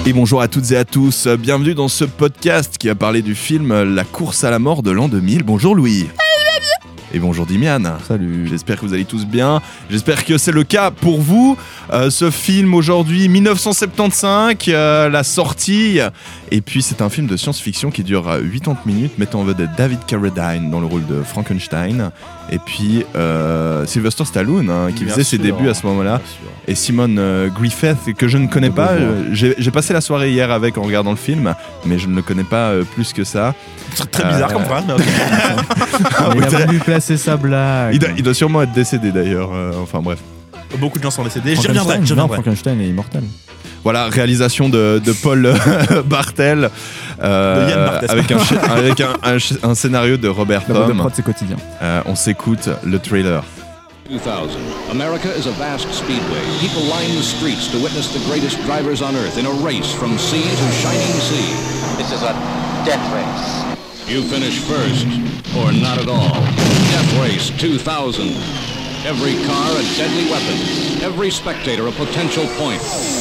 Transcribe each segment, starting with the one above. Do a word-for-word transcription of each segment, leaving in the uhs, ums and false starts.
Et bonjour à toutes et à tous, bienvenue dans ce podcast qui a parlé du film La course à la mort de l'an deux mille. Bonjour Louis. Et bonjour Dimian. Salut. J'espère que vous allez tous bien. J'espère que c'est le cas pour vous. Euh, ce film aujourd'hui, dix-neuf cent soixante-quinze, euh, la sortie. Et puis c'est un film de science-fiction qui dure quatre-vingt-dix minutes, mettant en vedette David Carradine dans le rôle de Frankenstein. Et puis euh, Sylvester Stallone, hein, qui Bien faisait sûr, ses débuts à ce moment-là. Et Simone euh, Griffith, que je ne connais pas. Euh, j'ai, j'ai passé la soirée hier avec en regardant le film, mais je ne le connais pas euh, plus que ça. C'est très bizarre euh... comme phrase, mais il a voulu placer sa blague. Il doit, il doit sûrement être décédé d'ailleurs. Euh, enfin bref. Beaucoup de gens sont décédés. J'y reviendrai. Non, Frankenstein est immortel. Voilà, réalisation de, de Paul Bartel, euh, de Yann Barthès. avec, un, avec un, un, un scénario de Robert Thom. Le prod, c'est quotidien. Euh, on s'écoute le trailer. two thousand. America is a vast speedway. People line the streets to witness the greatest drivers on earth in a race from sea to shining sea. This is a death race. You finish first, or not at all. Death Race two thousand. Every car a deadly weapon. Every spectator a potential point.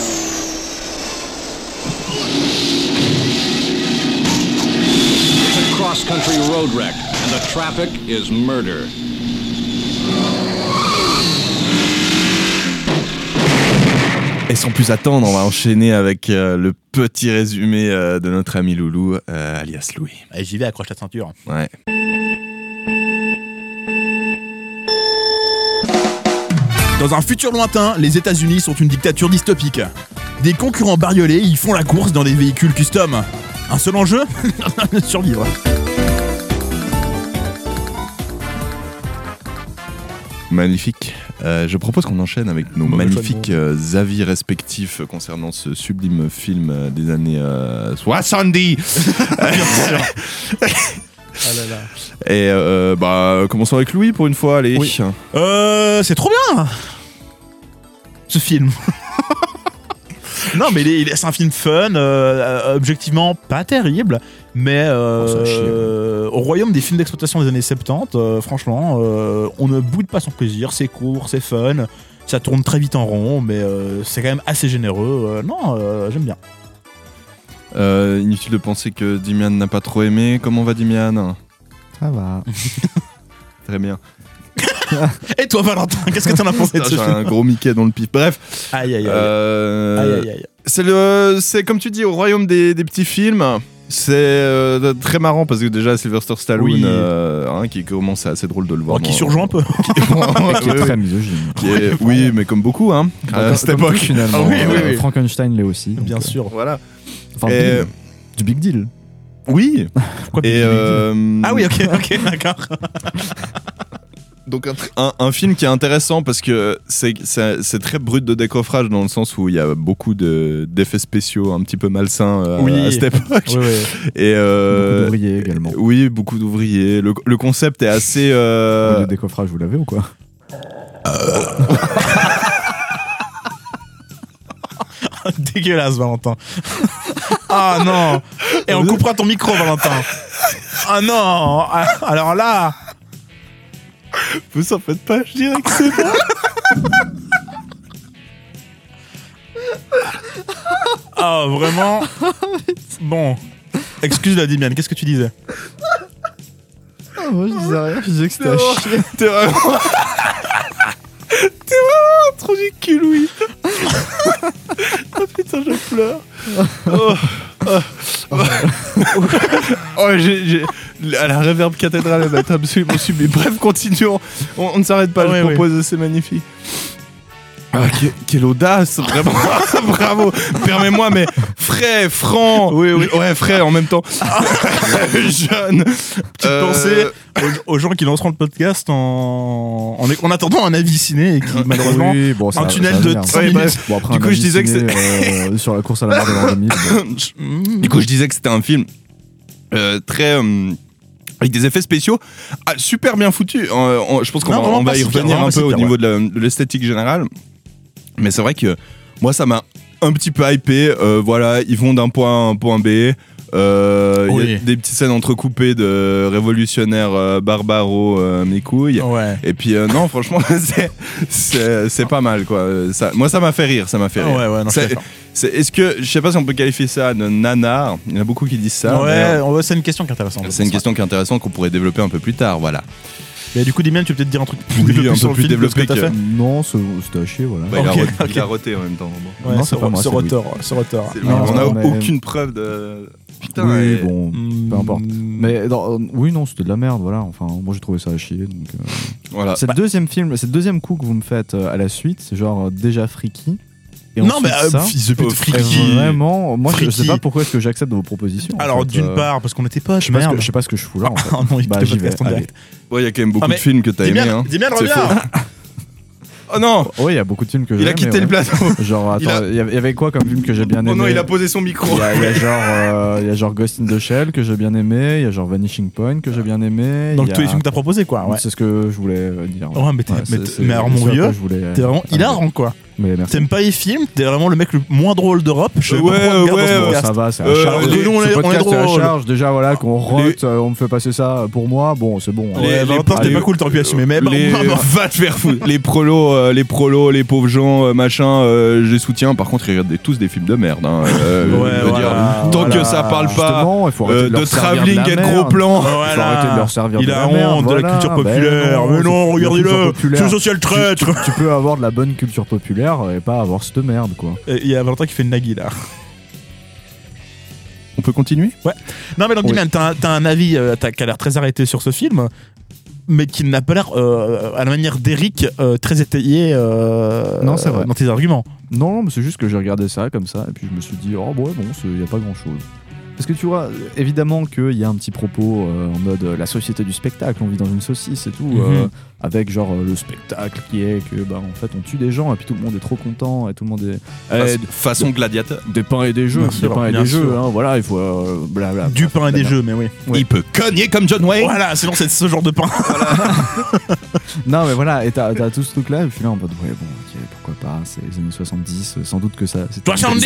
It's a cross-country road wreck, and the traffic is murder. Et sans plus attendre, on va enchaîner avec euh, le petit résumé euh, de notre ami Loulou, euh, alias Louis. Allez, j'y vais, accroche ta ceinture. Ouais. Dans un futur lointain, les États-Unis sont une dictature dystopique. Des concurrents bariolés y font la course dans des véhicules custom. Un seul enjeu, survivre. Magnifique. Euh, je propose qu'on enchaîne avec nos Bon, magnifiques euh, avis respectifs concernant ce sublime film euh, des années euh, soixante-dix. Bien sûr. Ah là là. Et euh, bah, commençons avec Louis pour une fois, allez. Oui. Euh, c'est trop bien ce film. Non, mais il est, il est, c'est un film fun, euh, objectivement pas terrible, mais euh, oh, euh, au royaume des films d'exploitation des années soixante-dix, euh, franchement, euh, on ne boude pas son plaisir, c'est court, c'est fun, ça tourne très vite en rond, mais euh, c'est quand même assez généreux. Euh, non, euh, j'aime bien. Euh, inutile de penser que Dimian n'a pas trop aimé. Comment va Dimian ? Ça va. Très bien. Et toi, Valentin, qu'est-ce que t'en as pensé de ce J'ai film ? un gros Mickey dans le pif. Bref. Aïe aïe aïe. Euh, aïe, aïe, aïe. C'est, le, c'est comme tu dis, au royaume des, des petits films. C'est euh, très marrant parce que déjà Sylvester Stallone, Oui. euh, hein, qui commence, c'est assez drôle de le voir. Bon, qui dans- surjoue un peu. Qui est très misogyne. Qui est- oui, mais comme beaucoup, hein, à Comme- cette comme époque. tout, finalement. Ah oui, oui, Euh, oui. Frankenstein l'est aussi. donc, Bien euh, sûr. Voilà. Enfin, Et- big- du big deal. Oui. Pourquoi Et Big Big euh, Ah oui, ok, ok, d'accord. Donc un, un, un film qui est intéressant parce que c'est, c'est, c'est très brut de décoffrage dans le sens où il y a beaucoup de, d'effets spéciaux un petit peu malsains euh, Oui. à cette époque. Oui, oui. Et euh, Beaucoup d'ouvriers également. Oui, beaucoup d'ouvriers. Le, le concept est assez... euh, Le décoffrage, vous l'avez ou quoi ? Dégueulasse, Valentin. Ah non. Et on coupera ton micro, Valentin. Ah non. Ah, alors là. Vous en faites pas, je dirais que c'est bon. Ah, vraiment. Bon. Excuse la Dimian, qu'est-ce que tu disais ? Ah, moi je disais rien, je disais que c'était à Non. chier. T'es vraiment... T'es vraiment un trou du cul, Louis. Oh putain, je pleure. Oh, oh, oh. Oh, j'ai, j'ai... La réverb cathédrale va être absolument sublime. Bref, continuons. On, on ne s'arrête pas, Oui, je oui. propose, c'est magnifique. Ah, que- quelle audace, vraiment. Bravo. Permets-moi, mais frais, franc. Oui, oui. Ouais, frais en même temps. Jeune. Petite Euh, pensée aux, aux gens qui lanceront le podcast en, en, en attendant un avis ciné et qui, malheureusement, Oui, bon, ça- un tunnel ça va de venir. cinq Ouais, minutes. bref. Bon, après, Du un coup, je avis disais que ciné, euh, sur la course à la mort de l'an deux mille. bon. Mmh. Du coup, je disais que c'était un film euh, très... euh, avec des effets spéciaux ah, super bien foutus. Euh, on- je pense qu'on Non, va, vraiment on va pas y si pire, revenir vraiment un pas peu si au pire, niveau de, la- de l'esthétique générale. Mais c'est vrai que moi, ça m'a un petit peu hypé. Euh, voilà, ils vont d'un point A à un point B. Euh, Il Oui. y a des petites scènes entrecoupées de révolutionnaires euh, barbaros, euh, mes couilles. Ouais. Et puis euh, non, franchement, c'est, c'est, c'est pas mal quoi. Ça, moi, ça m'a fait rire, ça m'a fait Ah rire. ouais, ouais, non, je suis C'est- d'accord. C'est, est-ce que, je sais pas si on peut qualifier ça de nanar, il y en a beaucoup qui disent ça. Ouais, ouais, c'est une question qui est intéressante. C'est une question qui est intéressante qu'on pourrait développer un peu plus tard, voilà. Mais du coup, Damien, tu peux peut-être dire un truc plus Oui, développé un peu sur le plus film que ce que développé t'as que- fait. Non, c'est- c'était à chier, voilà. Bah, il, a Ok, roté, ok. il a roté en même temps. Bon. Ouais, Non, c'est c'est pas moi, ce c'est rotor, ce rotor. C'est- Non, on n'a mais- aucune preuve de. Putain, oui, et- bon, peu importe. Mm. Mais non, euh, oui, non, c'était de la merde, voilà. Enfin, moi j'ai trouvé ça à chier. Donc, euh, Voilà. c'est le deuxième film, c'est le deuxième coup que vous me faites euh, à la suite. C'est genre euh, déjà freaky. Et Non, mais ensuite euh, ça. fils de pute, Oh, Et freaky. vraiment, moi je, je sais Freaky. pas pourquoi est-ce que j'accepte vos propositions. en Alors, fait, d'une euh, part, parce qu'on était pas, je sais, pas ce merde. que, je sais pas ce que je fous là. En fait. Ah non, il Bah, te j'y vais. podcast en allez. direct. Ouais, il y a quand même beaucoup Ah, mais de films que t'as aimé. Damien, Hein. Damien, C'est reviens. Oh non, Oui, il y a beaucoup de films que il j'ai a quitté le plateau. Genre, Il a- attends, il y avait- il y avait quoi comme film que j'ai bien aimé? Oh non, il a posé son micro. Il y a, il y a genre, euh, il y a genre Ghost in the Shell que j'ai bien aimé, il y a genre Vanishing Point que j'ai bien aimé. Donc, il y a- tous les films que t'as proposés, quoi. Ouais. C'est ce que je voulais euh, dire. Ouais, mais t'es- mais c'est- t'es- c'est- mais alors, c'est mon ce à vieux, quoi je voulais, euh, T'es vraiment ah, hilarant, quoi. Mais merci. T'aimes pas les films, t'es vraiment le mec le moins drôle d'Europe. Je sais Ouais, pas pourquoi on regarde ouais, dans ce ouais, Bon, podcast. ça va, c'est à Euh, charge. alors que nous, on Ce est- on est podcast, c'est à drôle. charge. Déjà, voilà, qu'on rote, euh, on me fait passer ça pour moi. Bon, c'est bon. Les- Ouais, les- Valentin, c'était les- pas cool, t'aurais pu assumer. Mais bah, les... bah, bah. Va te faire foutre. Les prolos, euh, les prolos, les pauvres gens, euh, machin, euh, je les soutiens. Par contre, ils regardent des- tous des films de merde. Hein, euh, Ouais, je veux voilà, dire. Tant voilà. que ça parle pas Justement, il faut arrêter euh, de, de leur servir travelling de et la de gros merde. plans. Il faut Voilà. arrêter de leur servir Il de a la merde. honte de la voilà. culture Ben populaire. non, Mais c'est- non, la regardez-le. culture populaire. C'est social traître. Tu peux avoir de la bonne culture populaire et pas avoir cette merde, quoi. Il y a Valentin qui fait une nagui là. On peut continuer? Non, mais donc, Oui. Damien, t'as un- t'as un avis euh, t'as- qui a l'air très arrêté sur ce film, mais qui n'a pas l'air, euh, à la manière d'Eric, euh, très étayé euh, Non, c'est vrai. dans tes arguments. Non, non, mais c'est juste que j'ai regardé ça comme ça, et puis je me suis dit, oh, ouais, bon, il n'y a pas grand chose. Parce que tu vois, évidemment qu'il y a un petit propos euh, en mode euh, la société du spectacle, on vit dans une saucisse et tout, Mhm. euh, avec genre euh, le spectacle qui est que, bah, en fait, on tue des gens, et puis tout le monde est trop content, et tout le monde est. Fa- Eh, Façon gladiateur. des pains et des jeux, Bien des sûr, pains et bien des sûr. jeux, hein, voilà, il faut. Euh, blabla, Du pain et des jeux, mais oui. Ouais. Il peut cogner comme John Wayne. Voilà, sinon c'est ce genre de pain. Non, mais voilà, et t'as t'as tout ce truc-là, et puis là, en mode, ouais, bon, ok, pourquoi pas, c'est les années soixante-dix, euh, sans doute que ça. c'était- soixante-dix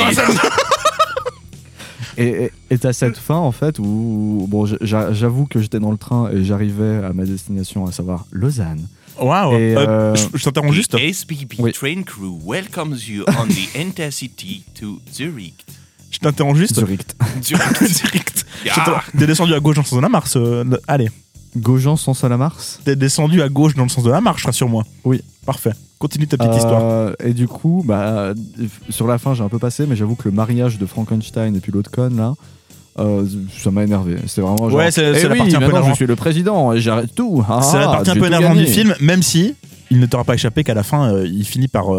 Et et- et t'as cette fin en fait où bon j'a- j'avoue que j'étais dans le train et j'arrivais à ma destination, à savoir Lausanne. Waouh. Et, Euh, euh, je je t'interromps juste. The S B B Oui. train crew welcomes you on the Intercity to Zurich. Je t'interromps juste. Zurich. Direct. Yeah. Je t'interromps. T'es descendu à gauche dans le sens de la Mars. euh, le- Allez. Gaujean sans à la Mars. T'es descendu à gauche dans le sens de la marche, rassure-moi. Oui. Parfait. Continue ta petite histoire. Euh, et du coup, bah, sur la fin, j'ai un peu passé, mais j'avoue que le mariage de Frankenstein et puis l'autre con là, euh, ça m'a énervé. C'était vraiment genre. Ouais, c'est- eh c'est la oui, partie un peu maintenant, je énervante. suis le président et j'arrête tout. Ah, C'est la partie un j'ai peu tout énervante du gagné. film, même si il ne t'aura pas échappé qu'à la fin, euh, il finit par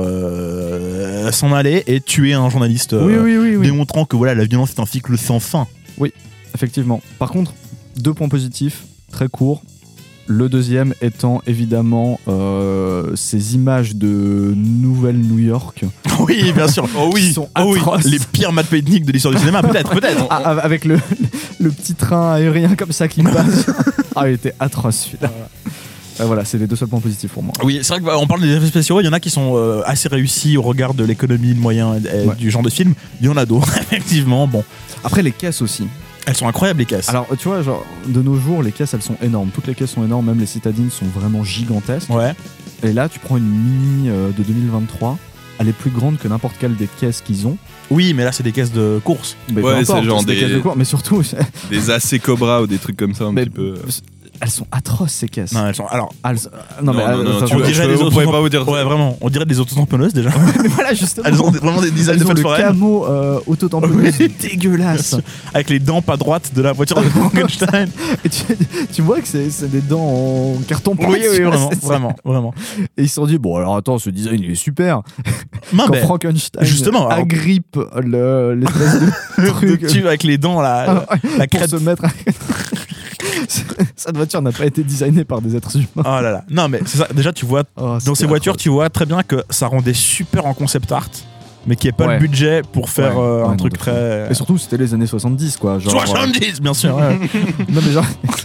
euh, s'en aller et tuer un journaliste, euh, Oui, oui, oui, oui. démontrant que voilà, la violence est un cycle sans fin. Effectivement. Par contre, deux points positifs, très courts. Le deuxième étant évidemment euh, ces images de Nouvelle-New York. Oui, bien sûr. Oh Qui sont atroces. Les pires maths techniques de l'histoire du cinéma, peut-être, peut-être. Ah, avec le, le petit train aérien comme ça qui passe. Ah, il était atroce celui-là. Euh, voilà, c'est les deux seuls points positifs pour moi. Oui, c'est vrai qu'on parle des effets spéciaux, il y en a qui sont euh, assez réussis au regard de l'économie, de moyens et, et Ouais. du genre de film. Il y en a d'autres, effectivement. Bon, Après, les caisses aussi. elles sont incroyables les caisses. Alors, tu vois, genre, de nos jours, les caisses, elles sont énormes. Toutes les caisses sont énormes, même les citadines sont vraiment gigantesques. Ouais. Et là, tu prends une Mini euh, de deux mille vingt-trois, elle est plus grande que n'importe quelle des caisses qu'ils ont. Oui, mais là c'est des caisses de course. Mais Ouais, peu importe, c'est genre des des- caisses de cours. Mais surtout, Des A C Cobra ou des trucs comme ça un mais- petit peu. elles sont atroces ces caisses. Non, elles sont. Alors, Elles- non, mais Non, elles- non, non, enfin, tu on vois, dirait je- des vous autos. pourrez pas vous dire ça. Ouais, vraiment. On dirait des autotamponneuses déjà. mais voilà, justement. Elles ont des- vraiment des designs Elles de ont fête le foraine. camo euh, autotamponneux dégueulasse. Avec les dents pas droites de la voiture de Frankenstein. Et tu, tu vois que c'est c'est des dents en carton pâte. Oui, oui, tu vois, vraiment, c'est- c'est- vraiment, vraiment. Et ils se sont dit, bon, alors attends, ce design il est super. Non, Quand mais Frankenstein justement, alors- agrippe le- l'espèce de truc tu avec les dents là, la pour crête. se mettre. à- Cette voiture n'a pas été designée par des êtres humains. Oh là là. Non, mais c'est ça. Déjà, tu vois, Oh, dans c'était ces voitures, atroce. tu vois très bien que ça rendait super en concept art, mais qu'il n'y ait pas Ouais. le budget pour faire Ouais, euh, ouais, un non, truc de fou. très. Et surtout, c'était les années soixante-dix, quoi. Genre, soixante-dix, bien sûr. ouais. euh, non, mais genre,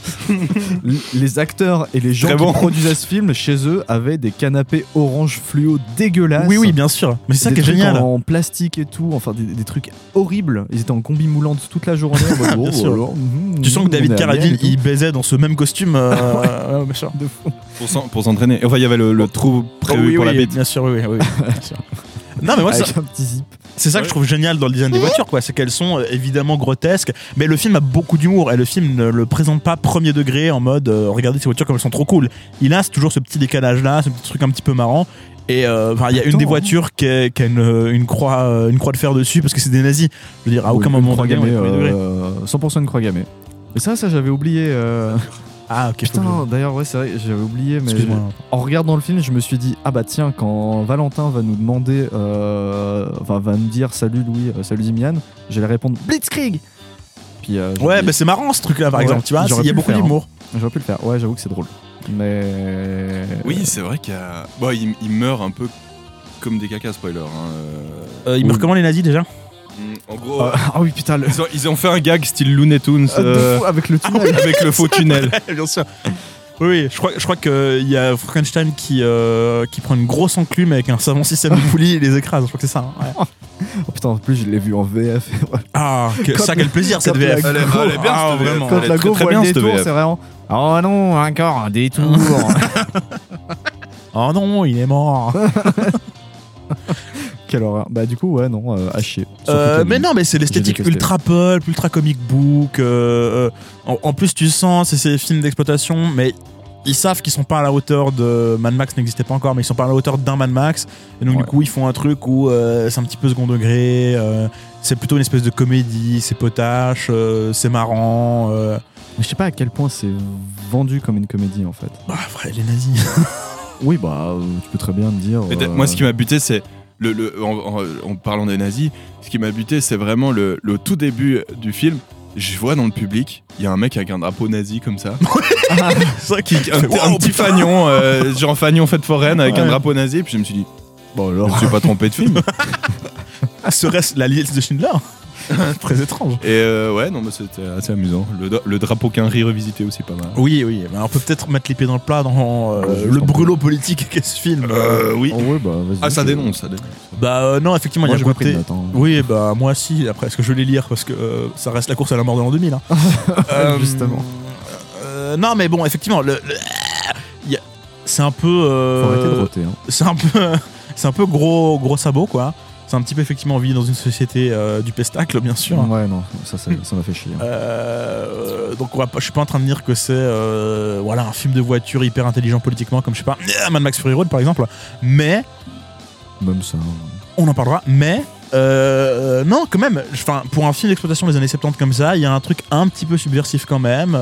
les acteurs et les gens Très qui bon. produisaient ce film, chez eux, avaient des canapés orange fluo dégueulasses. Oui, oui, bien sûr. Mais c'est ça Des qui est trucs génial. en plastique et tout, enfin des, des trucs horribles. Ils étaient en combi moulante toute la journée. en mode, Bien oh, sûr. alors, mhm, Tu sens que on David est alien Carradine, et tout. il baisait dans ce même costume. euh, ouais, bien sûr. De fou. Pour s'en- Pour s'entraîner. Enfin, il y avait le, le trou prévu Oh, oui, pour oui, la bite. Bien sûr, oui, oui, oui, bien sûr. Non, mais moi, ça. Avec un petit zip. c'est ça que Ouais. je trouve génial dans le design des voitures, quoi. C'est qu'elles sont euh, évidemment grotesques, mais le film a beaucoup d'humour et le film ne le présente pas premier degré en mode euh, regardez ces voitures comme elles sont trop cool. Il a toujours ce petit décalage là, ce petit truc un petit peu marrant. Et euh, il y a une Attends, des hein. voitures qui a, qui a une, une croix, euh, une croix de fer dessus parce que c'est des nazis. Je veux dire, à aucun Une moment croix donné, on est gammée, premier degré. euh, cent pour cent une croix gammée. Et ça, ça j'avais oublié. euh, Ah ok. faut que Putain, d'ailleurs, ouais, c'est vrai, j'avais oublié, je- mais Excuse-moi. en regardant le film, je me suis dit, ah bah tiens, quand Valentin va nous demander, euh, enfin, va nous dire salut Louis, euh, salut Dimian, j'allais répondre Blitzkrieg. Puis, euh, j'ai Ouais, oublié. bah c'est marrant ce truc-là, par Ouais, exemple. Tu vois, j'aurais il y a pu le beaucoup faire, d'humour. J'aurais pu le faire. Ouais, j'avoue que c'est drôle. Mais Oui, c'est vrai qu'il y a. Bon, il, il meurt un peu comme des caca, spoiler. Hein. euh. Euh, ils meurent comment les nazis déjà? En gros, Euh, ah oui, putain, le... ils, ont, ils ont fait un gag style Looney Tunes Ah, de euh, fou, avec le tunnel. avec le faux tunnel. Bien sûr. Oui, oui, je crois, je crois qu'il y a Frankenstein qui, euh, qui prend une grosse enclume avec un savant système de poulies et les écrase. Je crois que c'est ça. hein. Ouais. Oh putain, en plus, je l'ai vu en V F. Ah, que- Quand ça, la- quel plaisir cette quand V F. la Elle est- elle est bien, Ah, cette V F. vraiment. Quand Elle est la très, go très voit bien, le cette détour, V F. c'est vraiment. Oh non, encore un détour. Oh non, il est mort. Quelle horreur. Bah, du coup, ouais, non, euh, à chier. Surtout Euh, qu'elle- mais non, mais c'est l'esthétique J'ai détesté. ultra pulp, ultra comic book. euh, euh, en, en plus, tu sens, c'est ces films d'exploitation, mais ils savent qu'ils sont pas à la hauteur de Mad Max n'existait pas encore, mais ils sont pas à la hauteur d'un Mad Max. Et donc, Ouais. du coup, ils font un truc où euh, c'est un petit peu second degré. euh, c'est plutôt une espèce de comédie, c'est potache, euh, c'est marrant. euh. Mais je sais pas à quel point c'est vendu comme une comédie en fait. Bah, vrai, les nazis. Oui, bah, euh, tu peux très bien me dire. Mais euh, Moi, ce qui m'a buté, c'est. Le, le, en, en- en parlant des nazis, ce qui m'a buté, c'est vraiment le, le tout début du film. Je vois dans le public, il y a un mec avec un drapeau nazi comme ça. c'est vrai Qui, un, un petit fagnon, euh, genre fagnon fête foraine avec un Ouais. drapeau nazi. Puis je me suis dit, Bon, je alors. me suis pas trompé de film. Serait-ce la liste de Schindler? Très étrange. Et euh, ouais, non, mais c'était assez amusant. Le, le drapeau qu'un riz revisité aussi, pas mal. Oui, oui, mais on peut peut-être mettre les pieds dans le plat dans euh, Ouais, je le comprends. brûlot politique qu'est ce film. Euh, oui. Oh, ouais, bah, vas-y. Ah, ça je- dénonce, ça dénonce. Bah euh, non, effectivement, Moi, il y j'ai a un pas pris de côté. note. hein. Oui, bah moi aussi. Après, est-ce que je vais les lire parce que euh, ça reste la course à la mort de l'an deux mille. Hein. Euh, Justement. euh, non, mais bon, effectivement, le, le- il y a- c'est un peu. euh, Faut arrêter de roter. Hein. c'est un peu, c'est un peu gros, gros sabot, quoi. C'est un petit peu effectivement vivre dans une société euh, du pestacle, bien sûr. Ouais, non, ça, ça, ça m'a fait chier. hein. Euh, donc on va pas, je suis pas en train de dire que c'est euh, voilà un film de voiture hyper intelligent politiquement comme je sais pas Mad Max Fury Road par exemple, mais Même ça. hein. on en parlera. Mais euh, non, quand même, enfin pour un film d'exploitation des années soixante-dix comme ça, il y a un truc un petit peu subversif quand même.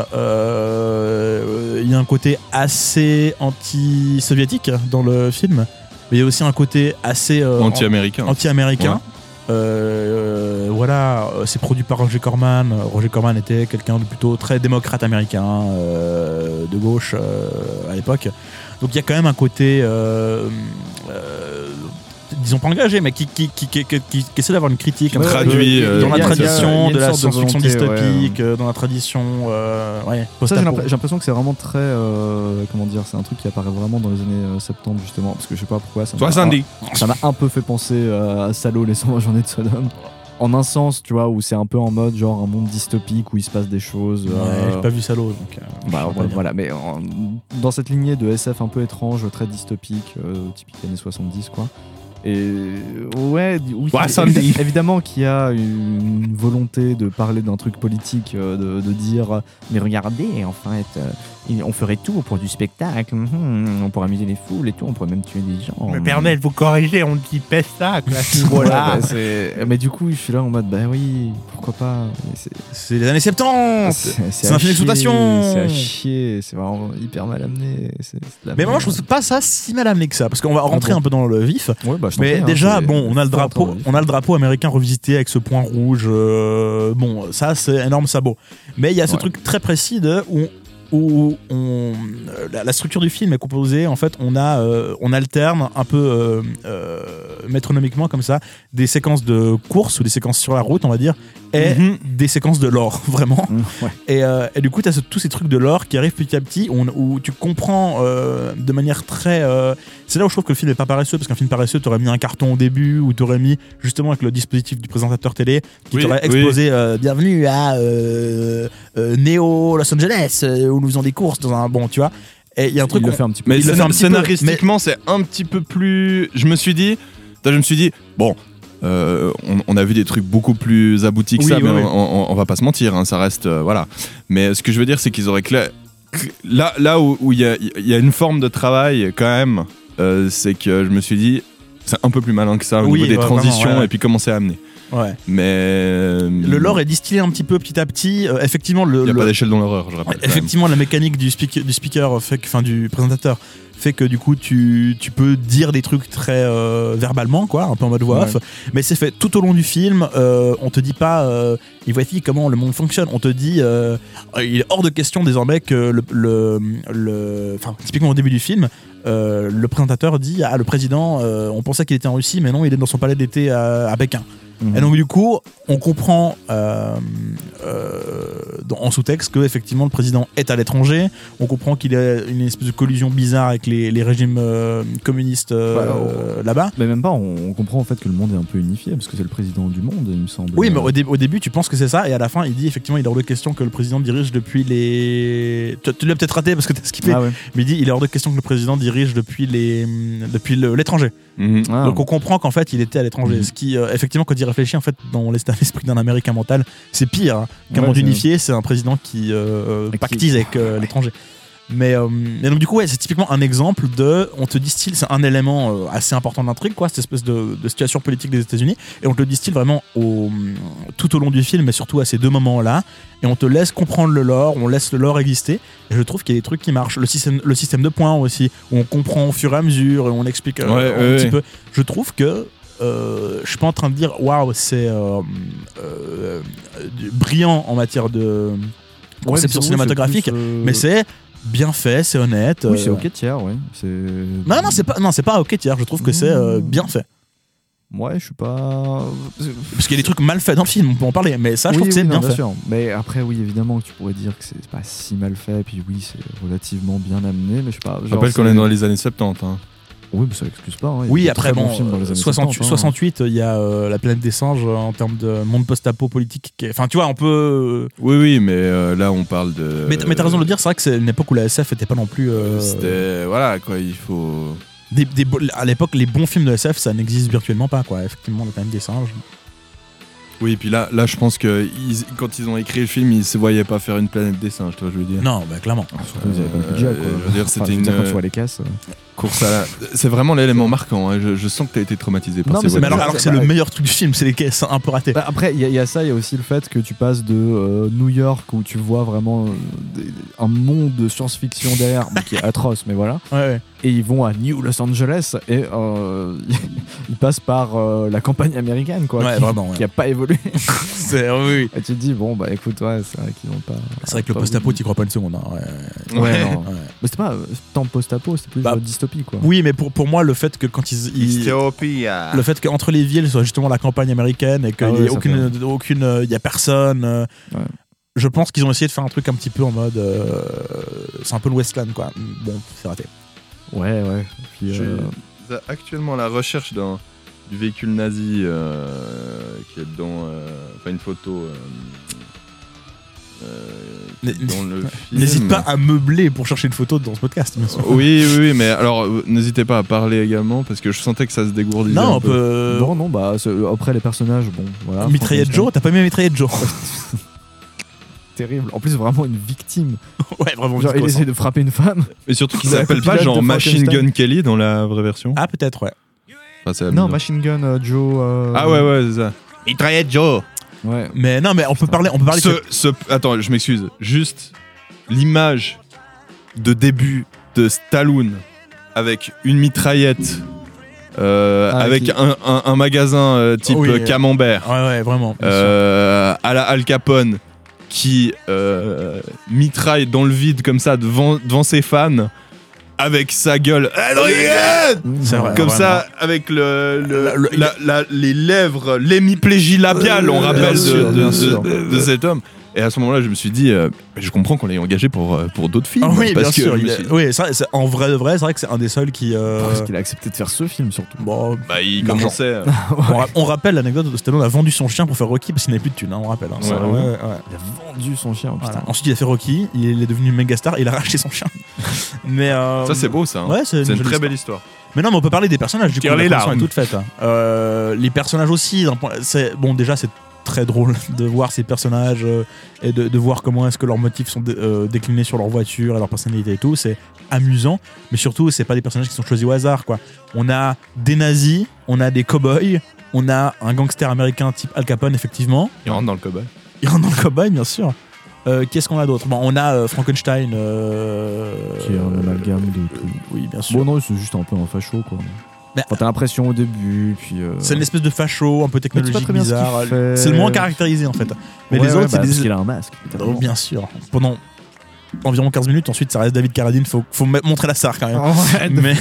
Euh, Il y a un côté assez anti-soviétique dans le film, mais il y a aussi un côté assez euh, Anti-américain. anti-américain. Ouais. Euh, euh, voilà, euh, c'est produit par Roger Corman. Euh, Roger Corman était quelqu'un de plutôt très démocrate américain, euh, de gauche euh, à l'époque. Donc il y a quand même un côté, euh, euh, disons pas engagé, mais qui, qui, qui, qui, qui- qui- qui essaie d'avoir une critique un Ouais, peu traduit, de- euh, dans il la y a- il y a- tradition il y a une de la sorte de science-fiction volonté, dystopique, euh, dans la tradition, euh, ouais, Ça, j'ai post-apo. l'impr- j'ai l'impression que c'est vraiment très. euh, comment dire C'est un truc qui apparaît vraiment dans les années euh, soixante-dix, justement. Parce que je sais pas pourquoi. Ça m'a- soixante-dix. Ça m'a un peu fait penser euh, à Salo, les cent vingt journées de Sodome. En un sens, tu vois, où c'est un peu en mode genre un monde dystopique où il se passe des choses. Ouais, euh, j'ai pas vu Salo, donc. euh, je Bah, peux pas voilà, dire. voilà, mais en- dans cette lignée de S F un peu étrange, très dystopique, euh, typique années soixante-dix, quoi. Et ouais, di- oui, soixante-dix. évi- évidemment qu'il y a une volonté de parler d'un truc politique, euh, de, de dire euh, mais regardez, en fait, euh, il- on ferait tout pour du spectacle, mhm, on pourrait amuser les foules et tout, on pourrait même tuer des gens. Mais Bernel, vous corrigez, on dit pestacle à ce Voilà, niveau-là. bah, c'est- mais du coup, je suis là en mode bah oui, pourquoi pas. Mais c'est- C'est les années soixante-dix. c'est à un film chier, d'exploitation. C'est à chier, c'est vraiment hyper mal amené. c'est- c'est de la Mais moi, merde. je trouve pas ça si mal amené que ça, parce qu'on va rentrer bon un peu dans le vif. Ouais, bah, je t'en Mais prie, hein, déjà, c'est- bon, on a le faut rentrer drapeau, dans le vif. on a le drapeau américain revisité avec ce point rouge. euh, bon, ça, c'est énorme sabot. Mais il y a ce Ouais. truc très précis de où, où on, euh, la, la structure du film est composée. En fait, on a, euh, on alterne un peu euh, euh, métronomiquement comme ça des séquences de course ou des séquences sur la route, on va dire, et Mhm. des séquences de lore, vraiment. Mmh, ouais. Et, euh, et du coup, tu as tous ces trucs de lore qui arrivent petit à petit, où, on- où tu comprends euh, de manière très. euh, c'est là où je trouve que le film est pas paresseux, parce qu'un film paresseux, tu aurais mis un carton au début, ou tu aurais mis justement avec le dispositif du présentateur télé, qui Oui, t'aurait oui. exposé euh, bienvenue à euh, euh, Neo Los Angeles, euh, où nous faisons des courses dans un. Bon, tu vois. Et il y a un truc. Il le qu'on- fait un petit peu. Mais Il le fait un scénar- petit peu, scénaristiquement, c'est un petit peu plus. Je me suis dit, je me suis dit, bon, Euh, on, on a vu des trucs beaucoup plus aboutis que Oui, ça, oui, mais oui. On, on, on va pas se mentir, hein, ça reste euh, voilà. Mais ce que je veux dire, c'est qu'ils auraient cla- cl- là, là où il y a, y a une forme de travail quand même, euh, c'est que je me suis dit, c'est un peu plus malin que ça au Oui, niveau des ouais, transitions vraiment, ouais. et puis commencer à amener. Ouais. Mais Le lore est distillé un petit peu petit à petit. Euh, effectivement, le, il n'y a le- pas d'échelle dans l'horreur, je rappelle. quand même. effectivement, la mécanique du speaker, du speaker fait que, enfin, du présentateur fait que du coup tu, tu peux dire des trucs très euh, verbalement, quoi, un peu en mode voix off, mais c'est fait tout au long du film. Euh, on te dit pas, euh, et voici comment le monde fonctionne. On te dit, euh, il est hors de question désormais que le, le, le- enfin, typiquement au début du film, euh, le présentateur dit, ah, le président, euh, on pensait qu'il était en Russie, mais non, il est dans son palais d'été à, à Pékin. Mhm. Et donc du coup, on comprend euh, euh, dans- en sous-texte que effectivement le président est à l'étranger. On comprend qu'il y a une espèce de collusion bizarre avec les, les régimes euh, communistes euh, Voilà, euh, là-bas. Mais même pas, on, on comprend en fait que le monde est un peu unifié parce que c'est le président du monde, il me semble. Oui, mais au, dé- au début, tu penses que c'est ça, et à la fin, il dit effectivement, il est hors de question que le président dirige depuis les. Tu, tu l'as peut-être raté parce que t'as skippé, Ah ouais. mais il dit il est hors de question que le président dirige depuis les depuis le- l'étranger. Mhm. Ah. Donc on comprend qu'en fait, il était à l'étranger. Mhm. Ce qui, euh, effectivement, quand il réfléchit, en fait, dans l'état d'esprit d'un Américain mental, c'est pire hein, qu'un Ouais, monde c'est- unifié. C'est un président qui euh, Qui- pactise avec euh, l'étranger. Mais, euh, mais donc du coup, ouais, c'est typiquement un exemple de, on te distille, c'est un élément euh, assez important de l'intrigue, quoi, cette espèce de, de situation politique des États-Unis, et on te le distille vraiment au, tout au long du film, mais surtout à ces deux moments-là, et on te laisse comprendre le lore, on laisse le lore exister, et je trouve qu'il y a des trucs qui marchent. Le système, le système de points aussi, où on comprend au fur et à mesure, et on explique euh, Ouais, un ouais, petit ouais. peu. Je trouve que euh, je suis pas en train de dire waouh, c'est euh, euh, du- brillant en matière de conception Ouais, cinématographique, c'est plus, euh, mais c'est bien fait, c'est honnête. Oui, c'est euh, ok tiers, ouais. C'est... Non, non, c'est pas, non, c'est pas ok tiers. Je trouve que c'est euh, bien fait. Ouais, je suis pas. Parce qu'il y a des trucs mal faits dans le film, on peut en parler, mais ça, je Oui, trouve que c'est oui, non, bien fait. sûr. Mais après, oui, évidemment, que tu pourrais dire que c'est pas si mal fait, puis oui, c'est relativement bien amené, mais je sais pas. Je genre, rappelle qu'on c'est- est dans les années soixante-ins. Hein. Oui, mais ça excuse pas. hein. Il y a Oui, des après, très bons bon, films dans les années soixante-huit, soixante, hein. soixante-huit, il y a euh, La planète des singes euh, en termes de monde post-apo politique. qui est- Enfin, tu vois, on peut. Oui, oui, mais euh, là on parle de. Mais, t- mais t'as raison de le dire, c'est vrai que c'est une époque où la S F était pas non plus. euh, C'était voilà quoi, il faut. des, des bo- à l'époque, les bons films de S F, ça n'existe virtuellement pas, quoi. Effectivement, La planète des singes. Oui, puis là, là, je pense que ils- quand ils ont écrit le film, ils se voyaient pas faire une planète des singes, tu vois, je veux dire. Non, bah clairement. Surtout, ils avaient pas le budget, Euh, quoi. je veux dire, c'était Enfin, je veux une, dire, quand tu euh, vois les casses. euh. Course à la... C'est vraiment l'élément marquant. Hein. Je, je sens que t'as été traumatisé par Non, ces mais c'est- Mais alors, voitures. alors que c'est bah, le meilleur truc du film, c'est les caisses un peu ratées. Bah, après, il y, a- il y a ça, il y a aussi le fait que tu passes de euh, New York où tu vois vraiment euh, des- un monde de science-fiction derrière, bon, qui est atroce, mais voilà. Ouais, ouais. Et ils vont à New Los Angeles et euh, ils passent par euh, la campagne américaine, quoi, Ouais, qui, vraiment, ouais. qui a pas évolué. C'est, oui, oui. Et tu te dis, bon, bah écoute, ouais, c'est vrai qu'ils ont pas. C'est vrai que le pas post-apo, voulu. t'y crois pas une seconde. hein, ouais. Ouais, non. Ouais. Mais c'était pas euh, tant post-apo, c'était plus Bah, euh, dystopie, quoi. Oui, mais pour, pour moi, le fait que quand ils. ils- Dystopia. le fait qu'entre les villes, ce soit justement la campagne américaine et qu'il Ah n'y ouais, ait ça aucune. aucune euh, il y a personne. euh, Ouais. Je pense qu'ils ont essayé de faire un truc un petit peu en mode. euh, c'est un peu le Westland, quoi. Bon, c'est raté. Ouais, ouais. Puis, J'ai euh, actuellement la recherche d'un du véhicule nazi euh, qui est dans euh, enfin une photo euh, euh, qui est N- dans le film. N'hésite pas à meubler pour chercher une photo dans ce podcast, bien sûr. Oui, oui, oui, mais alors euh, n'hésitez pas à parler également parce que je sentais que ça se dégourdissait. Non, un on peu. peut. non, non, bah c'est- après les personnages, bon, voilà. Mitraillette Frankenstein, Joe, t'as pas aimé Mitraillette Joe terrible. En plus, vraiment une victime. Ouais, vraiment. Genre, il victime. essaie de frapper une femme. Mais surtout qu'il La s'appelle pas copilote genre de Machine Frankenstein. Gun Kelly dans la vraie version. Ah, peut-être, ouais. Enfin, c'est la Non, même. Machine Gun euh, Joe. euh, Ah ouais, ouais, c'est ça. Mitraillette Joe. Ouais. Mais non, mais on peut parler. On peut parler Ce, de- ce- attends, je m'excuse. Juste l'image de début de Stallone avec une mitraillette, euh, Ah, avec qui- un, un- un magasin euh, type Oui, euh, euh, Camembert, Ouais, ouais, vraiment. bien sûr. euh, à la Al Capone, qui euh, mitraille dans le vide comme ça devant, devant ses fans. Avec sa gueule, Adrien C'est vrai. comme vraiment. ça, avec le, le- La- le- la- la- les lèvres, l'hémiplégie labiale, on Euh, rappelle, bien de, sûr, de- bien de- sûr. de- de cet homme. Et à ce moment-là, je me suis dit, euh, je comprends qu'on l'ait engagé pour, euh, pour d'autres films. Ah oui, parce bien que sûr. je me il suis est- dit, Oui, c'est vrai, c'est- en vrai de vrai, c'est vrai que c'est un des seuls qui. euh, Parce qu'il a accepté de faire ce film, surtout. Bon, bah, il L'argent. commençait. euh, on, ra- on rappelle l'anecdote de Stallone a vendu son chien pour faire Rocky parce qu'il n'avait plus de thunes, hein, on rappelle. hein. Ouais, Ça, ouais. ouais, ouais. Il a vendu son chien, putain. Voilà. Ensuite, il a fait Rocky, il est devenu méga star et il a racheté son chien. Mais euh, Ça, c'est beau, ça. hein. Ouais, c'est C'est une jolie très histoire. belle histoire. Mais non, mais on peut parler des personnages. Du coup, Tire la les présentation larmes. est toute faite. Hein. Euh, les personnages aussi. d'un point- C'est bon, déjà, c'est très drôle de voir ces personnages euh, et de, de voir comment est-ce que leurs motifs sont dé- euh, déclinés sur leur voiture et leur personnalité et tout. C'est amusant, mais surtout, c'est pas des personnages qui sont choisis au hasard, quoi. On a des nazis, on a des cow-boys, on a un gangster américain type Al Capone, effectivement. Il rentre dans le cowboy. Il rentre dans le cow-boy, bien sûr. Euh, Qu'est-ce qu'on a d'autre? Bon, on a euh, Frankenstein. Euh... Qui est un amalgame de tout. Oui, bien sûr. Bon, non, c'est juste un peu un facho, quoi. Mais- Enfin, t'as l'impression au début, puis. euh, C'est une espèce de facho, un peu mais tu sais pas technologique, très bien ce qu'il bizarre. fait. C'est le moins caractérisé, en fait. Mais Ouais, les ouais, autres, bah, c'est parce des. qu'il a un masque. Oh, évidemment. bien sûr. Pendant environ quinze minutes, ensuite, ça reste David Carradine. Faut, faut me- montrer la star quand même. Ouais, mais.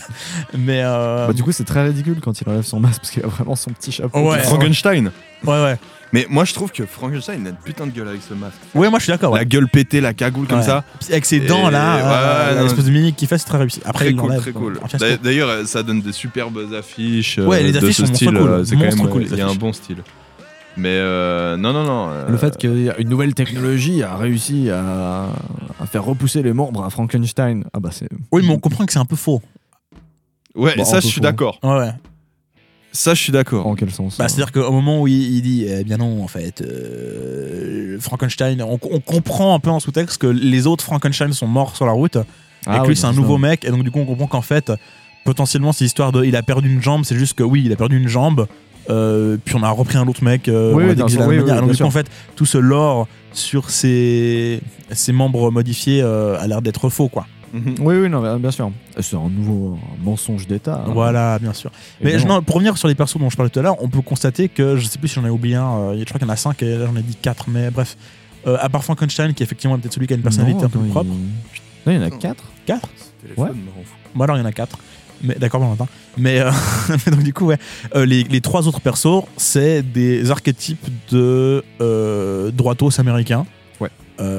mais. Euh... Bah, du coup, c'est très ridicule quand il enlève son masque parce qu'il a vraiment son petit chapeau. Ouais. Frankenstein. Ouais, ouais. Mais moi, je trouve que Frankenstein a une putain de gueule avec ce masque. Ouais, moi, je suis d'accord. La Ouais. gueule pétée, la cagoule comme Ouais. ça. Avec ses Et- dents, là, ouais, euh, non, l'espèce de mimique qu'il fait, c'est très réussi. Après, Très il cool, l'enlève. très quoi. cool. Un fiasco. D'a- D'ailleurs, ça donne des superbes affiches. euh, Ouais, les de affiches ce sont style. monstre cool. euh, C'est quand Monstre même. cool, euh, les Il y a un affiches. bon style. Mais euh, non, non, non. euh, Le fait qu'une nouvelle technologie a réussi à, à faire repousser les membres à Frankenstein. Ah bah c'est. Oui, mais on comprend que c'est un peu faux. Ouais, Bon, ça, un je peu suis faux. d'accord. Ouais, ouais. Ça, je suis d'accord. En quel sens Bah, euh, c'est-à-dire qu'au moment où il, il dit, eh bien non, en fait, euh, Frankenstein, on, on comprend un peu en sous-texte que les autres Frankenstein sont morts sur la route et Ah que oui, lui, c'est un ça. nouveau mec. Et donc, du coup, on comprend qu'en fait, potentiellement, c'est l'histoire de. Il a perdu une jambe, c'est juste que oui, il a perdu une jambe. Euh, puis on a repris un autre mec. Euh, Oui, on oui, l'a bien déguisé sûr, de la même oui, manière. oui, donc, bien du coup, sûr. en fait, tout ce lore sur ses, ses membres modifiés euh, a l'air d'être faux, quoi. Mhm. Oui, oui, non, mais, bien sûr. C'est un nouveau un mensonge d'État. hein. Voilà, bien sûr. Mais je- Évidemment. non, pour revenir sur les persos dont je parlais tout à l'heure, on peut constater que, je sais plus si j'en ai oublié un, euh, je crois qu'il y en a cinq et là j'en ai dit quatre, mais bref. Euh, à part Frankenstein, qui est effectivement peut-être celui qui a une personnalité Non, un peu plus attends, propre. il- Non, il y en a quatre. quatre Téléphone, Ouais. me rend fou. Bon, alors il y en a quatre. Mais d'accord, Valentin. Mais euh, mais donc, du coup, ouais. Euh, les, les trois autres persos, c'est des archétypes de euh, droitos américains. Ouais.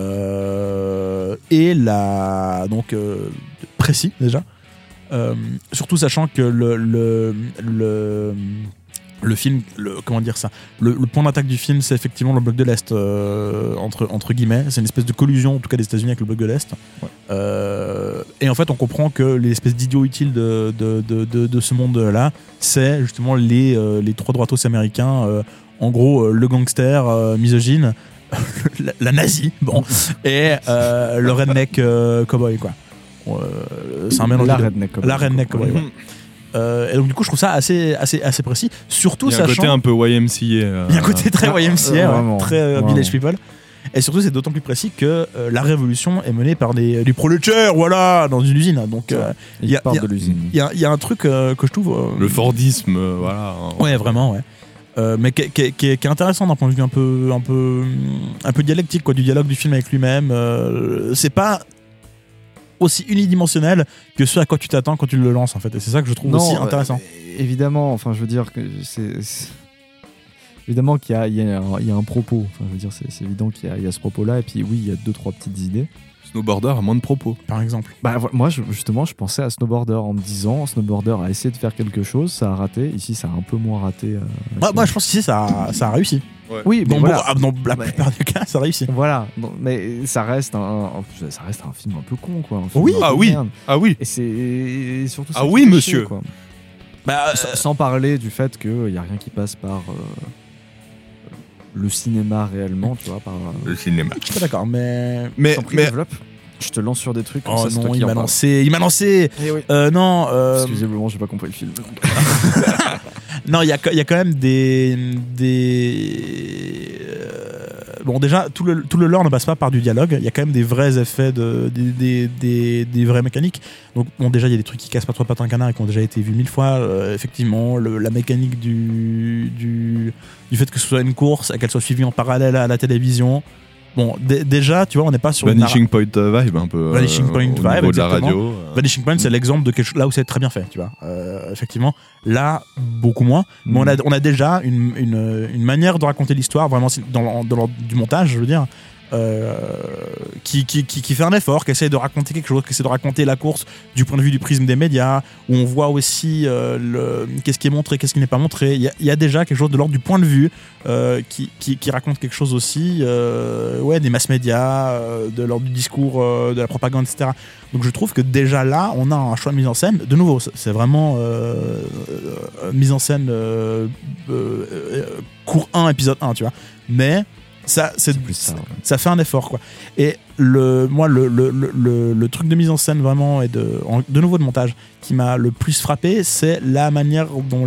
Euh, et la. Donc, euh, précis déjà. Euh, surtout sachant que le. le, le le film, le, comment dire ça, le, le point d'attaque du film, c'est effectivement le bloc de l'Est, euh, entre, entre guillemets. C'est une espèce de collusion, en tout cas des États-Unis avec le bloc de l'Est. Ouais. Euh, et en fait, on comprend que les espèces d'idiots utiles de, de, de, de, de ce monde-là, c'est justement les, euh, les trois droitos américains. Euh, en gros, euh, le gangster euh, misogyne, la, la nazie, bon, et euh, le redneck euh, cowboy, quoi. Euh, c'est un mélange La de- redneck cowboy. La redneck cowboy, ouais. Euh, et donc du coup je trouve ça assez, assez, assez précis, surtout Il y a un sachant côté un peu Y M C A. euh, il y a un côté très Y M C A, euh, ouais, vraiment, très euh, vraiment. Village People, et surtout c'est d'autant plus précis que euh, la révolution est menée par des, des prolétaires, voilà, dans une usine, donc euh, Il y a- part y a- de l'usine. il y, a- il y a un truc euh, que je trouve euh, Le Fordisme, euh, voilà. ouais vraiment ouais Euh, mais qui, qui- qui est, qui est intéressant d'un point de vue un peu, un peu, un peu dialectique, quoi, du dialogue du film avec lui-même. Euh, c'est pas aussi unidimensionnel que ce à quoi tu t'attends quand tu le lances, en fait. Et c'est ça que je trouve aussi euh, intéressant. évidemment, enfin, je veux dire que c'est. c'est- Évidemment qu'il y a, il y, a un, il y a un propos. Enfin, je veux dire, c'est c'est évident qu'il y a, il y a ce propos-là. Et puis, oui, il y a deux, trois petites idées. Snowboarder a moins de propos. Par exemple. Bah, vo- moi, je- justement, je pensais à Snowboarder en me disant Snowboarder a essayé de faire quelque chose, ça a raté. Ici, ça a un peu moins raté. euh, Moi, moi, je pense qu'ici, ça, a- ça a réussi. Oui, mais Dans, voilà. bon, ah, dans la Mais- plupart des cas, ça a réussi. Voilà, Bon, mais ça reste un, un- ça reste un film un peu con, quoi. un film Oui. un peu Ah oui. merde. Ah oui. Et c'est et surtout. Ah ça qui oui, fait monsieur. chier, quoi. Bah, S- Sans parler du fait qu'il n'y a rien qui passe par euh, le cinéma réellement, tu vois. Par, euh, Le cinéma. je suis pas d'accord, mais. Mais, T'en prie, mais développe. Je te lance sur des trucs. Comme Oh ça, c'est toi non, qui il en m'a parles. lancé. Il m'a lancé. Eh oui. Euh, non. euh, Excusez-moi, j'ai pas compris le film. Non, il y a, il y a quand même des. des euh, bon, déjà, tout le, tout le lore ne passe pas par du dialogue. Il y a quand même des vrais effets, de, des, des, des, des vraies mécaniques. Donc, bon, déjà, il y a des trucs qui cassent pas trois pattes un canard et qui ont déjà été vus mille fois. Euh, effectivement, le- la mécanique du, du, du fait que ce soit une course et qu'elle soit suivie en parallèle à la télévision. Bon, d- déjà, tu vois, on n'est pas sur une Vanishing Point euh, vibe un peu. euh, Vanishing Point au vibe, niveau de la exactement. radio. euh. Vanishing Point, c'est l'exemple de quelque chose là où c'est très bien fait, tu vois. Euh, effectivement, là, beaucoup moins. Mais on, a, on a déjà une, une, une manière de raconter l'histoire, vraiment, dans, le- dans le- du montage, je veux dire, euh, qui, qui, qui, qui fait un effort, qui essaie de raconter quelque chose, qui essaie de raconter la course du point de vue du prisme des médias, où on voit aussi euh, le, qu'est-ce qui est montré, qu'est-ce qui n'est pas montré. Il y a, il y a déjà quelque chose de l'ordre du point de vue euh, qui, qui, qui raconte quelque chose aussi, euh, ouais, des mass médias, euh, de l'ordre du discours, euh, de la propagande, et cetera. Donc je trouve que déjà là, on a un choix de mise en scène. De nouveau, c'est vraiment euh, euh, mise en scène euh, euh, euh, cours un, épisode un, tu vois. Mais ça, c'est, C'est plus ça, ça, ouais. ça fait un effort, quoi. Et le, moi, le, le, le, le, le truc de mise en scène vraiment et de, en- de nouveau de montage qui m'a le plus frappé, c'est la manière dont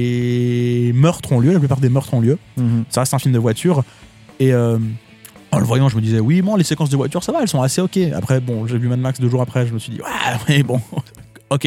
les meurtres ont lieu. La plupart des meurtres ont lieu. Mhm. Ça reste un film de voiture. Et euh, en le voyant, je me disais, oui, bon, les séquences de voiture, ça va, elles sont assez ok. Après, bon, j'ai vu Mad Max deux jours après, je me suis dit, ouais, mais bon, ok.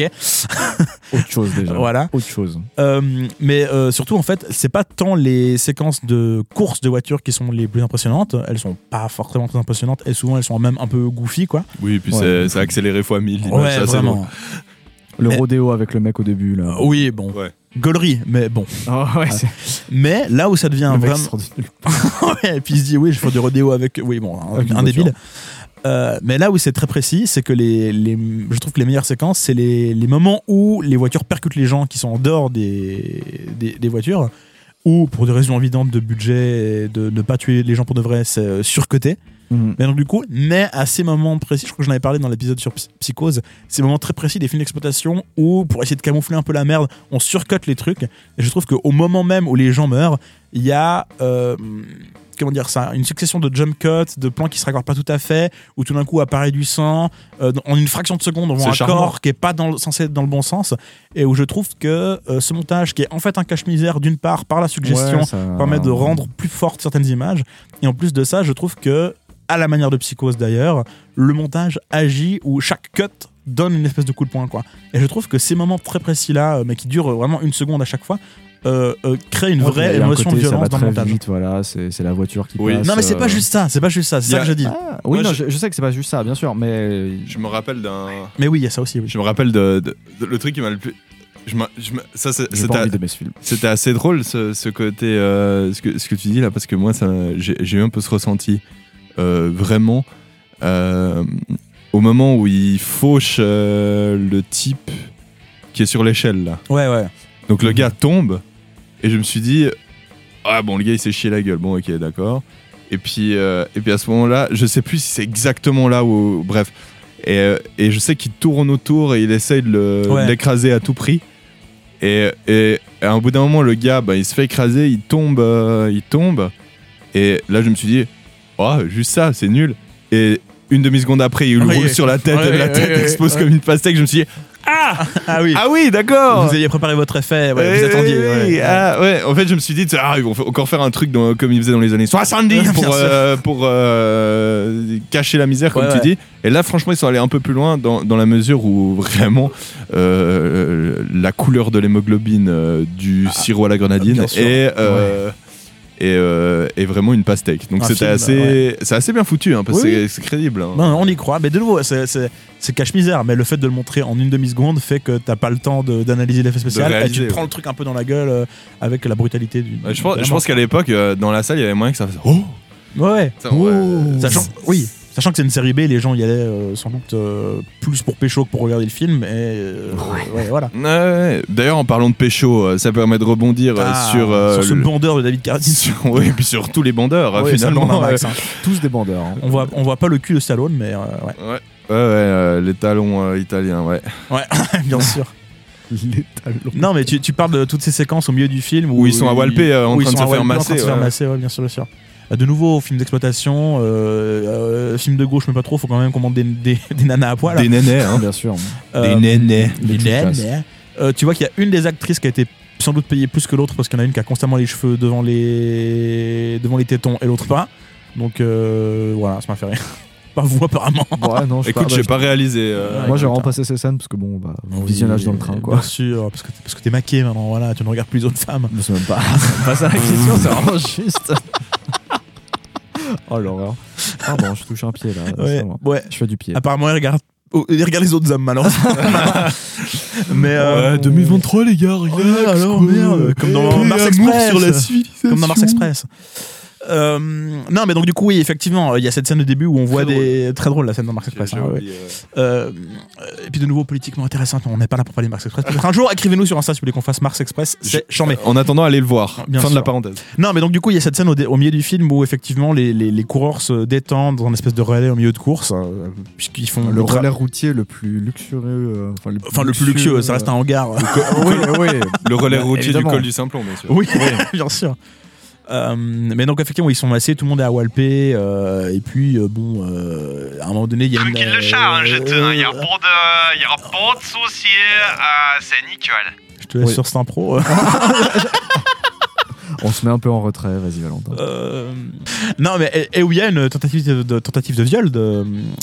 Autre chose déjà. Voilà. Autre chose. Euh, mais euh, surtout, en fait, c'est pas tant les séquences de course de voiture qui sont les plus impressionnantes. Elles sont pas forcément très impressionnantes et souvent elles sont même un peu goofy, quoi. Oui, puis Ouais. c'est, c'est accéléré fois mille. l'image, Ouais, c'est assez vraiment. drôle. Le Mais- rodéo avec le mec au début là. Oui, bon. Ouais. Gaulerie, mais bon. Oh, ouais, c'est Mais là où ça devient le mec vraiment. sort de nulle part. Ouais, et puis il se dit, oui, je fais du rodéo avec. Oui, bon, un, Avec une un voiture. débile. Euh, mais là où c'est très précis, c'est que les, les, je trouve que les meilleures séquences, c'est les, les moments où les voitures percutent les gens qui sont en dehors des, des, des voitures, ou pour des raisons évidentes de budget et de ne pas tuer les gens pour de vrai, c'est euh, surcoté. Mhm. Mais donc du coup, mais à ces moments précis, je crois que j'en avais parlé dans l'épisode sur Psy- Psychose, ces moments très précis des films d'exploitation où, pour essayer de camoufler un peu la merde, on surcote les trucs. Et je trouve qu'au moment même où les gens meurent, il y a euh, comment dire ça, une succession de jump cuts, de plans qui se raccordent pas tout à fait, où tout d'un coup apparaît du sang, euh, en une fraction de seconde, on voit C'est un charmant. corps qui est pas dans le, censé être dans le bon sens, et où je trouve que euh, ce montage, qui est en fait un cache-misère d'une part par la suggestion, Ouais, ça- permet de rendre plus fortes certaines images. Et en plus de ça, je trouve que, à la manière de Psychose d'ailleurs, le montage agit où chaque cut donne une espèce de coup de poing, quoi. Et je trouve que ces moments très précis-là, euh, mais qui durent vraiment une seconde à chaque fois, euh, euh, créent une Ouais, vraie il y a un émotion côté, de ça va violence dans le très montage. vite, voilà, c'est c'est la voiture qui Oui. passe. Non, mais c'est euh, pas juste ça, c'est pas juste ça, c'est Y ça a- que je dis. Ah, oui, Moi, non, je- je... je sais que c'est pas juste ça, bien sûr, mais Je me rappelle d'un. Mais oui, il y a ça aussi, oui. Je me rappelle de, de- de- le truc qui m'a le plus. Je m'a- je m'a- ça, c'est- j'ai c'était, pas envie d'aimer ce film. c'était assez drôle ce, ce côté, euh, ce, que, ce que tu dis là, parce que moi, ça, j'ai, j'ai eu un peu ce ressenti. Euh, vraiment, euh, au moment où il fauche euh, le type qui est sur l'échelle là. Ouais, ouais. Donc le gars tombe, et je me suis dit, ah bon, le gars il s'est chié la gueule. Bon, ok, d'accord. Et puis, euh, et puis à ce moment-là, je sais plus si c'est exactement là où. Bref. Et, euh, et je sais qu'il tourne autour et il essaye de, le- Ouais. de l'écraser à tout prix. Et, et, et à un bout d'un moment, le gars, bah, il se fait écraser, il tombe, euh, il tombe. Et là, je me suis dit, oh, juste ça, c'est nul. Et une demi-seconde après, il Oui. roule sur la tête, Ouais, la ouais, tête ouais, explose ouais. comme une pastèque. Je me suis dit, Ah oui. ah oui, d'accord. Vous aviez préparé votre effet, ouais, vous Eh attendiez. oui, ouais, ouais. ah, ouais. En fait, je me suis dit, ah, ils vont fa- encore faire un truc dans- comme ils faisaient dans les années soixante-dix Bien pour, sûr. euh, pour euh, cacher la misère, comme Ouais, tu ouais. dis. Et là, franchement, ils sont allés un peu plus loin dans, dans la mesure où vraiment euh, la couleur de l'hémoglobine euh, du sirop à la grenadine bien sûr. est, euh, est, euh, est vraiment une pastèque. Donc Un c'était film, assez, ouais. c'est assez bien foutu, hein, parce que Oui, c'est- c'est crédible. hein. Non, on y croit, mais de nouveau, c'est, c'est, c'est cache-misère, mais le fait de le montrer en une demi-seconde fait que t'as pas le temps de- d'analyser l'effet spécial et réaliser, tu te ouais. prends le truc un peu dans la gueule euh, avec la brutalité du. Ouais, je pense, de la je mort. pense qu'à l'époque, euh, dans la salle, il y avait moyen que ça fasse. Oh Ouais, ouais. Ça, ouais. Sachant, oui, sachant que c'est une série B, les gens y allaient euh, sans doute euh, plus pour pécho que pour regarder le film, et euh, ouais, voilà. Ouais, ouais. D'ailleurs, en parlant de pécho, euh, ça permet de rebondir euh, Ah, sur, euh, sur ce le- bandeur de David Carradine. sur- ouais, et puis sur tous les bandeurs, euh, Ouais, ça finalement. demande un max, euh, hein. Tous des bandeurs. hein. On voit, on voit pas le cul de Stallone, mais euh, ouais, ouais, ouais, ouais, euh, les talons euh, italiens, ouais. ouais, bien sûr. Les talons. Non, mais tu, tu parles de toutes ces séquences au milieu du film où, Où ils sont à Walpé, euh, en où ils train de sont se à faire Walpé, en masser, train de se faire ouais. masser, ouais, bien sûr, bien sûr. Euh, De nouveau, film d'exploitation, euh, euh, film de gauche, mais pas trop. Faut quand même qu'on monte des, des, des nanas à poil. Des nénés, hein. Bien sûr. Euh, Des nénés. Des Des naines, classes. mais, euh, tu vois qu'il y a une des actrices qui a été sans doute payée plus que l'autre parce qu'il y en a une qui a constamment les cheveux devant les, devant les tétons et l'autre pas. Donc euh, voilà, ça m'a fait rire. Pas vous apparemment. Ouais, non, je Écoute, sais j'ai pas, pas réalisé. euh, Ouais, Moi, j'ai écoute, vraiment passé ces scènes parce que bon, bah, visionnage dans le train, quoi. Bien sûr, parce que t'es, parce que t'es maqué maintenant, voilà, tu ne regardes plus les autres femmes. Mais c'est même pas, c'est pas ça la question, c'est vraiment juste. Oh l'horreur. Pardon, je touche un pied là. Ouais, c'est bon. ouais. Je fais du pied. Apparemment, il regarde, oh, il regarde les autres hommes, malheureusement. Mais euh, Ouais, deux mille vingt-trois, les gars, relax, Ouais, alors, quoi. merde, comme dans Paix et Mars amour Express. sur la civilisation. comme dans Mars Express. Euh, non, mais donc du coup, oui, effectivement, il y a cette scène de début où on voit Très des très drôle la scène dans Mars Express. J'ai hein, ouais. oublié, ouais. Euh, et puis de nouveau politiquement intéressante. On n'est pas là pour parler de Mars Express. Peut-être un jour, écrivez-nous sur Insta si vous voulez qu'on fasse Mars Express. C'est chambé. En attendant, allez le voir. Bien fin sûr. de la parenthèse. Non, mais donc du coup, il y a cette scène au, dé- au milieu du film où effectivement les, les, les coureurs se détendent dans une espèce de relais au milieu de course, euh, puisqu'ils font Le tra- relais routier le plus luxueux. euh, Enfin, le plus, Enfin, le plus luxueux, ça reste un hangar. Oui, oui. Le relais Bah, routier du évidemment. col du Simplon, bien sûr. Oui, bien sûr. Euh, mais donc effectivement ils sont massés, tout le monde est à Walpé euh, et puis euh, bon euh, à un moment donné il y a une Tranquille le chat, hein, je te... Il y a pas de... Il y aura pas de soucis, euh, c'est nickel. je te laisse Oui. sur cette impro. On se met un peu en retrait, vas-y Valentin. Euh, non mais et, et où il y a une tentative de, de tentative de viol de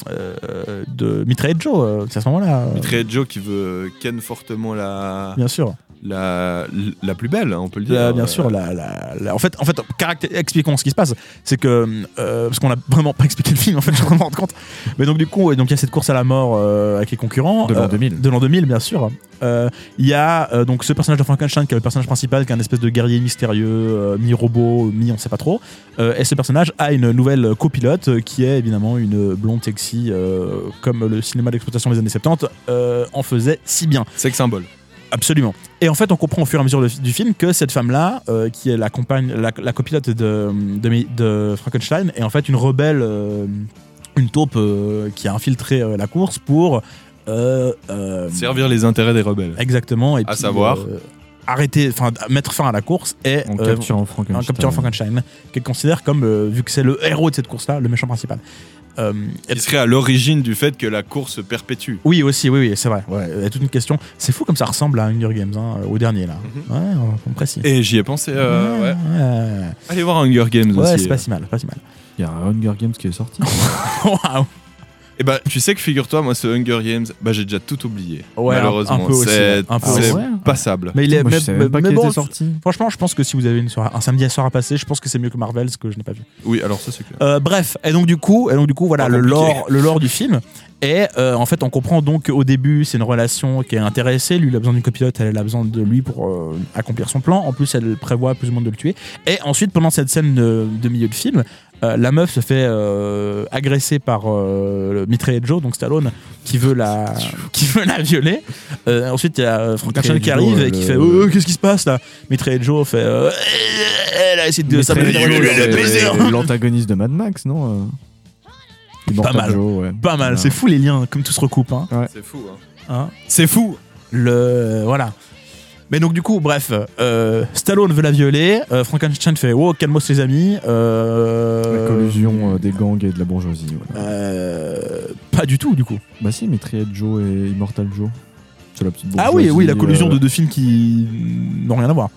euh, de Mitraille Joe, euh, c'est à ce moment-là. euh, Mitraille Joe qui veut ken fortement la, Bien sûr. la, la plus belle, on peut le dire. La- bien sûr, la, la, la- en fait, en fait, caracté- expliquons ce qui se passe. C'est que euh, parce qu'on a vraiment pas expliqué le film, en fait, je me rends compte. Mais donc du coup, et donc il y a cette course à la mort euh, avec les concurrents De l'an euh, deux mille. de l'an deux mille, bien sûr. Euh, Il y a euh, donc ce personnage de Frankenstein qui est le personnage principal, qui est un espèce de guerrier mystérieux, euh, mi-robot, mi on sait pas trop. Euh, et ce personnage a une nouvelle copilote euh, qui est évidemment une blonde sexy, euh, comme le cinéma d'exploitation des années soixante-dix euh, en faisait si bien. Sex symbole. Absolument. Et en fait, on comprend au fur et à mesure de- du film que cette femme-là, euh, qui est la compagne, la, la copilote de, de, de Frankenstein, est en fait une rebelle, euh, une taupe euh, qui a infiltré euh, la course pour euh, euh, Servir les intérêts des rebelles. exactement, et À puis, savoir euh, arrêter, enfin mettre fin à la course et En euh, capturant en Frankenstein. capturant Frankenstein, qu'elle considère comme, euh, vu que c'est le héros de cette course-là, le méchant principal. Euh, et- Qui serait à l'origine du fait que la course se perpétue. Oui, aussi, oui, oui, c'est vrai. Ouais, il y a toute une question. C'est fou comme ça ressemble à Hunger Games, hein, au dernier là. Mhm. Ouais, on, on précise. Et j'y ai pensé. euh, ouais. ouais. Allez voir Hunger Games Ouais, aussi. c'est pas si mal, pas si mal. Il y a un Hunger Games qui est sorti. Waouh. Et bah, tu sais que figure-toi, moi, ce Hunger Games, bah, j'ai déjà tout oublié. Ouais, Malheureusement, un peu aussi, c'est un peu c'est aussi. Ah ouais. passable. Mais il est, Moi, mais, je savais mais- même pas mais qu'il bon, était sorti. franchement, je pense que si vous avez une soirée, un samedi soir à passer, je pense que c'est mieux que Marvel, ce que je n'ai pas vu. Oui, alors ça, c'est clair. Euh, bref, et donc du coup, et donc du coup, voilà Pas le compliqué. lore, le lore du film. Et euh, en fait, on comprend donc qu'au début, c'est une relation qui est intéressée. Lui, il a besoin d'une copilote, elle a besoin de lui pour euh, accomplir son plan. En plus, elle prévoit plus ou moins de le tuer. Et ensuite, pendant cette scène de, de milieu de film, euh, la meuf se fait euh, agresser par euh, le Mitraille Joe, donc Stallone, qui veut la, qui veut la violer. Euh, ensuite, il y a Frankenstein qui Mitraille Joe, arrive et qui le- fait oh, qu'est-ce qui se passe là. Mitraille Joe fait euh, elle a essayé de Mitraille s'amuser Joe, avec le baiser. c'est l'antagoniste de Mad Max, non euh Immortal mal. Joe, ouais. Pas mal, Voilà. c'est fou les liens, comme tout se recoupe. Hein. C'est fou, hein. Hein. C'est fou. Le voilà. Mais donc du coup, bref, euh, Stallone veut la violer. euh, Frankenstein fait oh calmos les amis. Euh, La collusion euh, des gangs et de la bourgeoisie. Voilà. euh, pas du tout du coup. Bah si, Mitraille Joe et Immortal Joe. C'est la petite Ah oui, oui, la bourgeoisie, collusion euh, de deux films qui n'ont rien à voir.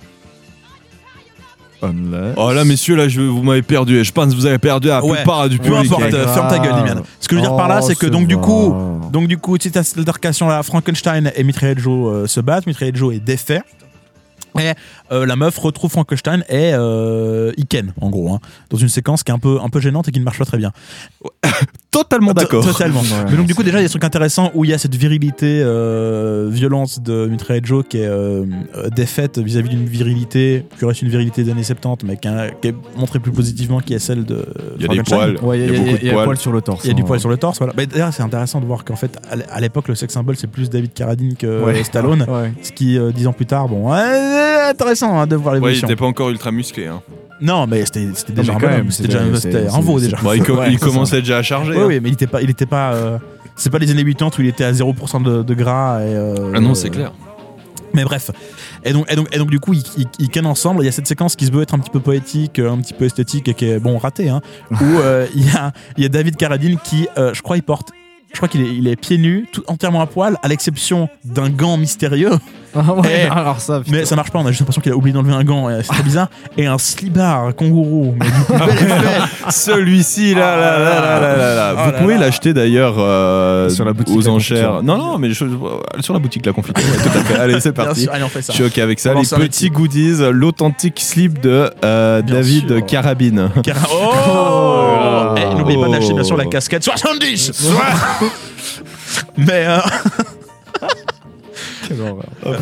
Unless. Oh là, messieurs, là, je, vous m'avez perdu. Et je pense que vous avez perdu la Ouais. plupart du Peu public. importe, grave. euh, ferme ta gueule, Limian. Ce que je veux dire par là, Oh, c'est que ça donc du va. coup, donc du coup, cette altercation là, Frankenstein et Mitraille Joe euh, se battent. Mitraille Joe est défait. Et euh, la meuf retrouve Frankenstein et euh, il ken, en gros, hein, dans une séquence qui est un peu, un peu gênante et qui ne marche pas très bien. Totalement d'accord. To- Totalement. Ouais, Mais donc du coup c'est- déjà il y a des trucs intéressants où il y a cette virilité euh, violence de Mitraille Joe qui est euh, euh, défaite vis-à-vis d'une virilité qui reste une virilité des années soixante-dix mais qui, a- qui est montrée plus positivement qui est celle de Il y a des Frankenstein. poils. Ouais, il y a, Il y a beaucoup de il y a poils. poils sur le torse. Il y a du hein. poil sur le torse, voilà. Mais d'ailleurs, c'est intéressant de voir qu'en fait, à l- à l'époque, le sex symbol, c'est plus David Carradine que Ouais. Stallone. Ouais. Ce qui, euh, dix ans plus tard, bon, ouais, intéressant hein, de voir Ouais, il l'évolution. était pas encore ultra musclé. Hein. Non, mais c'était c'était déjà mais un quand bonhomme, même, c'était c'est- déjà c'est- c'était un c'est- veau c'est- déjà. Bon, il, co- Ouais, il c'est commençait déjà à charger. Oui, hein. oui, mais il était pas, il était pas. euh, c'est pas les années quatre-vingt-dix où il était à zéro pour cent de, de gras. Et, euh, Ah non, c'est clair. Mais bref. Et donc, et donc, et donc du coup, ils, ils, ils cannent ensemble. Il y a cette séquence qui se veut être un petit peu poétique, euh, un petit peu esthétique et qui est bon ratée, hein, où euh, il y a, il y a David Carradine qui, euh, je crois, il porte. Je crois qu'il est, il est pieds nus, tout entièrement à poil, à l'exception d'un gant mystérieux. Ah ouais, Eh, alors ça, putain. Mais ça marche pas, on a juste l'impression qu'il a oublié d'enlever un gant, et c'est très bizarre. Et un slibard kangourou. Mais du coup, bel effet. Celui-ci, là, là, là, là, là, là, là. Oh Vous là pouvez là. l'acheter d'ailleurs euh, Sur la boutique aux La enchères. Confiture. Non, non, mais je- sur la boutique La Confiture. ouais, tout à fait. Allez, c'est Bien parti. sûr, allez, on fait ça. Je suis ok avec ça. On va Les s'en arrêter. petits goodies, l'authentique slip de euh, Bien David sûr. Carabine. Car- Oh, Oh. Et n'oubliez pas d'acheter bien sûr la casquette soixante-dix. Mais euh, Quelle horreur.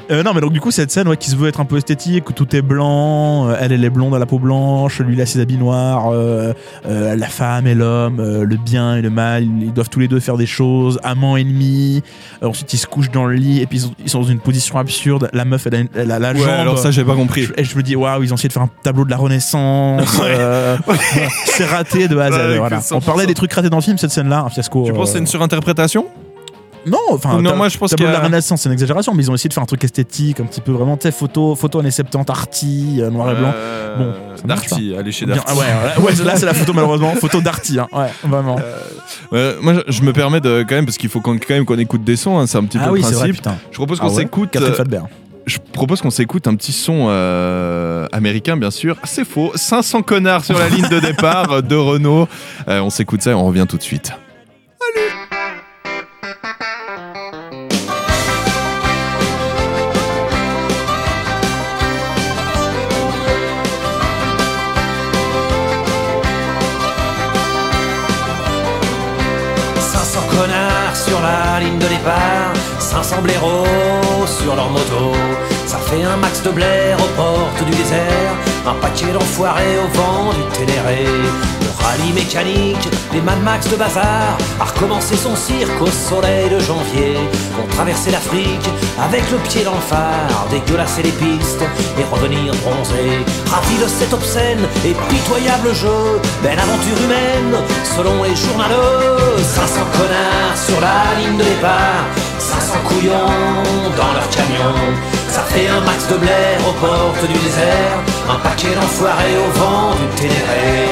Euh, non, mais donc du coup, cette scène ouais, qui se veut être un peu esthétique, où tout est blanc, euh, elle, elle est blonde à la peau blanche, lui, il a ses habits noirs, euh, euh, la femme et l'homme, euh, le bien et le mal, ils doivent tous les deux faire des choses, amant, ennemi. Euh, ensuite, ils se couchent dans le lit et puis ils sont, ils sont dans une position absurde. La meuf, elle a, une- elle a la Ouais, jambe. alors ça, j'ai pas compris. Je, et je me dis, waouh, ils ont essayé de faire un tableau de la Renaissance. euh, bon, c'est raté de A à Z. Ouais, Voilà. que cent pour On cent. parlait des trucs ratés dans le film, cette scène-là, un fiasco. Tu euh, penses que c'est une surinterprétation? Non, enfin, Non, ta- moi, je pense tableau qu'il y de a- la Renaissance, c'est une exagération, mais ils ont essayé de faire un truc esthétique, un petit peu vraiment, tu sais, photo, photo années soixante-dix, arty, euh, noir et blanc. Euh, Bon, ça marche Darty, allez chez Bien- Darty. ah ouais, ouais, ouais, là c'est la photo malheureusement, photo d'Arty, hein. Ouais, vraiment. Ouais, moi, je, je me permets de quand même parce qu'il faut qu'on, quand même qu'on écoute des sons. Hein, c'est un petit Ah peu oui, le c'est principe. vrai, putain. Je propose qu'on Ah ouais s'écoute. Catherine euh, Falbert. je propose qu'on s'écoute un petit son euh, américain, bien sûr. C'est faux. cinq cents connards sur la ligne de départ euh, de Renault. Euh, on s'écoute ça et on revient tout de suite. cinq cents connards sur la ligne de départ, cinq cents blaireaux sur leur moto. Ça fait un max de blaire aux portes du désert, un paquet d'enfoirés au vent du Ténéré. Le rallye mécanique, des Mad Max de bazar, a recommencé son cirque au soleil de janvier. Vont traverser l'Afrique avec le pied dans le phare, dégueulasser les pistes et revenir bronzés. Ravis de cet obscène et pitoyable jeu, belle aventure humaine selon les journaleux. cinq cents connards sur la ligne de départ, cinq cents couillons dans leur camion. Ça fait un max de blaire aux portes du désert, un paquet d'enfoirés au vent du Ténéré.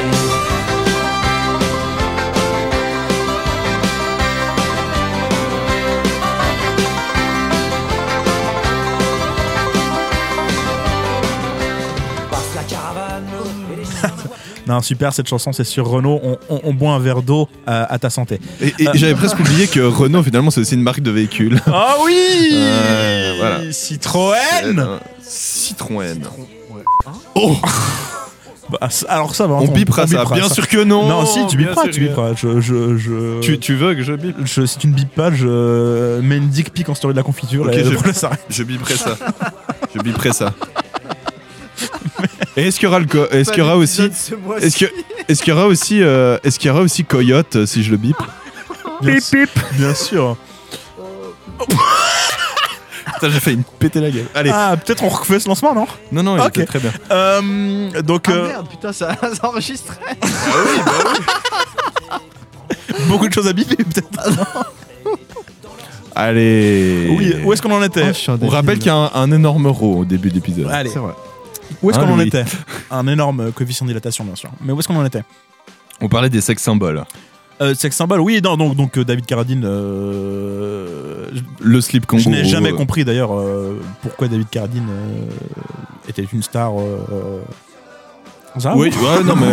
Passe la caravane et les Non, super, cette chanson, c'est sur Renault. On, on, on boit un verre d'eau euh, à ta santé. Et, et j'avais presque oublié que Renault, finalement, c'est aussi une marque de véhicule. Ah oui Euh, voilà. Citroën Euh, Citroën. Bah, c- Alors ça va. On bipera on ça. bipera Bien sûr que non. Non, si, tu Bien biperas, sûr tu que- biperas. Je, je, je... Tu, tu veux que je bip je- si tu ne bipes pas, je mets une dick pic en story de la confiture. Ok, et je- le problème s'arrête. Je biperai ça. Je biperai ça. Et est-ce qu'il y aura le co- est-ce qu'il y aura aussi est-ce que est-ce qu'il y aura aussi euh, est-ce qu'il y aura aussi Coyote euh, si je le bip? Bien sûr. Bien sûr. Putain, j'ai failli me péter la gueule. Allez. Ah, peut-être on refait ce lancement, non Non non, il Ok. était très bien. Euh, Donc, Ah euh, merde, putain, ça, ça enregistrait. beaucoup de choses à biper, peut-être. Allez. Oui, où est-ce qu'on en était Oh, je suis un On débile. rappelle qu'il y a un, un énorme row au début de l'épisode. Allez, C'est vrai. où est-ce Hein, qu'on en Louis était Un énorme coefficient de dilatation, bien sûr. Mais où est-ce qu'on en était On parlait des sex symboles. euh, Sex symbole, oui, non, donc, donc euh, David Carradine. Euh, je- Le slip je kangourou. n'ai jamais compris d'ailleurs euh, pourquoi David Carradine euh, était une star. Euh, ça, Oui, ou- ouais, non mais.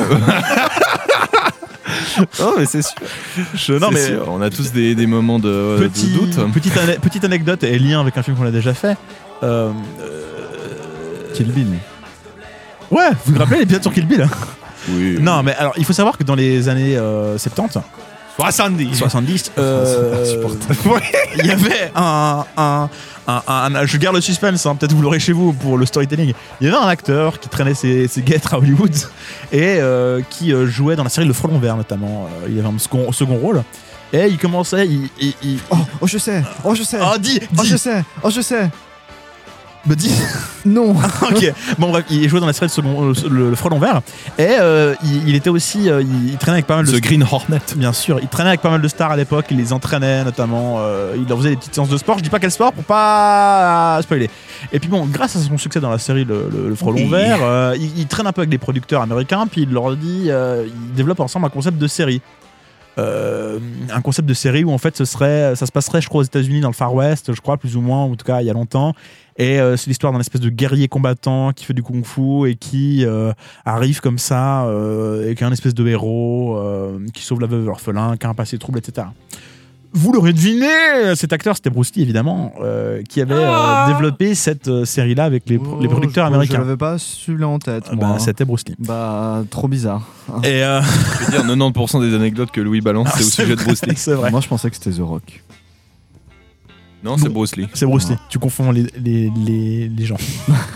non mais c'est sûr. Je- non, C'est mais sûr. On a tous des, des moments de, de petit, doute. petite, ane- petite anecdote et lien avec un film qu'on a déjà fait. Euh, Kill Bill. ouais, vous vous rappelez l'épisode sur Kill Bill hein Oui. Non, mais alors il faut savoir que dans les années euh, soixante-dix, soixante-dix. soixante-dix, euh, il y avait un, un, un, un- un- je garde le suspense, hein, peut-être vous l'aurez chez vous pour le storytelling. Il y avait un acteur qui traînait ses, ses guêtres à Hollywood et euh, qui euh, jouait dans la série Le Frelon Vert notamment. Euh, il avait un second, second rôle et il commençait, il, il, il- Oh, oh, je sais. Oh, je sais. oh dis, Oh, dis, je sais. Oh, je sais. me dis. Non. Ok, bon bref, il jouait dans la série de second, le, le, le Frelon Vert et euh, il, il était aussi, euh, il, il traînait avec pas mal de The Green Hornet. Bien sûr, il traînait avec pas mal de stars à l'époque, il les entraînait notamment, euh, il leur faisait des petites séances de sport, je dis pas quel sport pour pas spoiler. Et puis bon, grâce à son succès dans la série Le, le, le Frelon Oui. Vert, euh, il, il traîne un peu avec des producteurs américains, puis il leur dit, euh, ils développent ensemble un concept de série. Euh, un concept de série où en fait ce serait, ça se passerait je crois aux États-Unis dans le Far West, je crois plus ou moins, en tout cas il y a longtemps. Et euh, c'est l'histoire d'un espèce de guerrier combattant qui fait du kung-fu et qui euh, arrive comme ça euh, et qui est un espèce de héros euh, qui sauve la veuve et l'orphelin, qui a un passé trouble, et cetera. Vous l'aurez deviné, cet acteur c'était Bruce Lee évidemment, euh, qui avait euh, développé cette euh, série-là avec les, les producteurs Oh, je- américains. Je l'avais pas celui-là en tête. Euh, moi. bah, c'était Bruce Lee. Bah, trop bizarre. Et euh, Je veux dire, quatre-vingt-dix pour cent des anecdotes que Louis balance, c'est au c'est sujet de vrai, Bruce Lee. C'est vrai. Moi, je pensais que c'était The Rock. Non, c'est Bruce Lee. C'est Bruce Lee. Tu confonds les, les, les, les gens.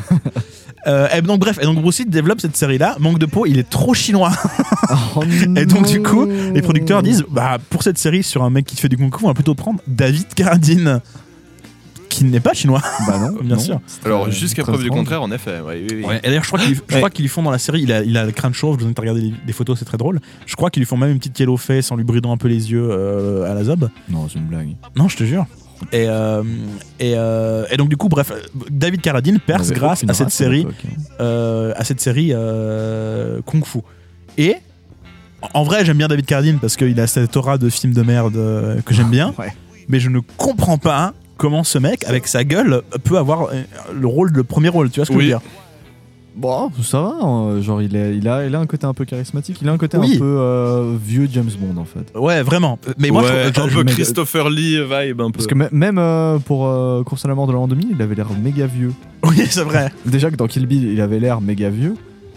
euh, et donc, bref, et donc Bruce Lee développe cette série-là. Manque de peau, il est trop chinois. Oh et donc, du coup, les producteurs disent bah, pour cette série sur un mec qui fait du kung fu, on va plutôt prendre David Carradine, qui n'est pas chinois. Bah non, bien non. sûr. Alors, jusqu'à très preuve du étrange. contraire, en effet. Ouais, oui, oui. Ouais, et d'ailleurs, je crois qu'ils je crois qu'ils lui font dans la série, il a, il a le crâne chauve, je vous invite à regarder les, les photos, c'est très drôle. Je crois qu'ils lui font même une petite yellow face en lui bridant un peu les yeux euh, à la zob. Non, c'est une blague. Non, je te jure. Et, euh, et, euh, et donc, du coup, bref, David Carradine perce Il y avait grâce aucune à cette race série, l'époque, hein. euh, à cette série euh, Kung Fu. Et en vrai, j'aime bien David Carradine parce qu'il a cette aura de film de merde euh, que j'aime bien. Ouais. Mais je ne comprends pas comment ce mec, avec sa gueule, peut avoir euh, le rôle, le premier rôle. Tu vois ce que Oui. je veux dire? Bon, ça va. hein. Genre, il, est, il, a, il a un côté un peu charismatique. Il a un côté Oui. un peu euh, vieux James Bond, en fait. Ouais, vraiment. Mais moi, Ouais, je, trouve- un je- peu je- Christopher Lee vibe, un peu. Parce que m- même euh, pour euh, Course à la mort de l'an deux mille, il avait l'air méga vieux. Oui, c'est vrai. Déjà que dans Kill Bill, il avait l'air méga vieux.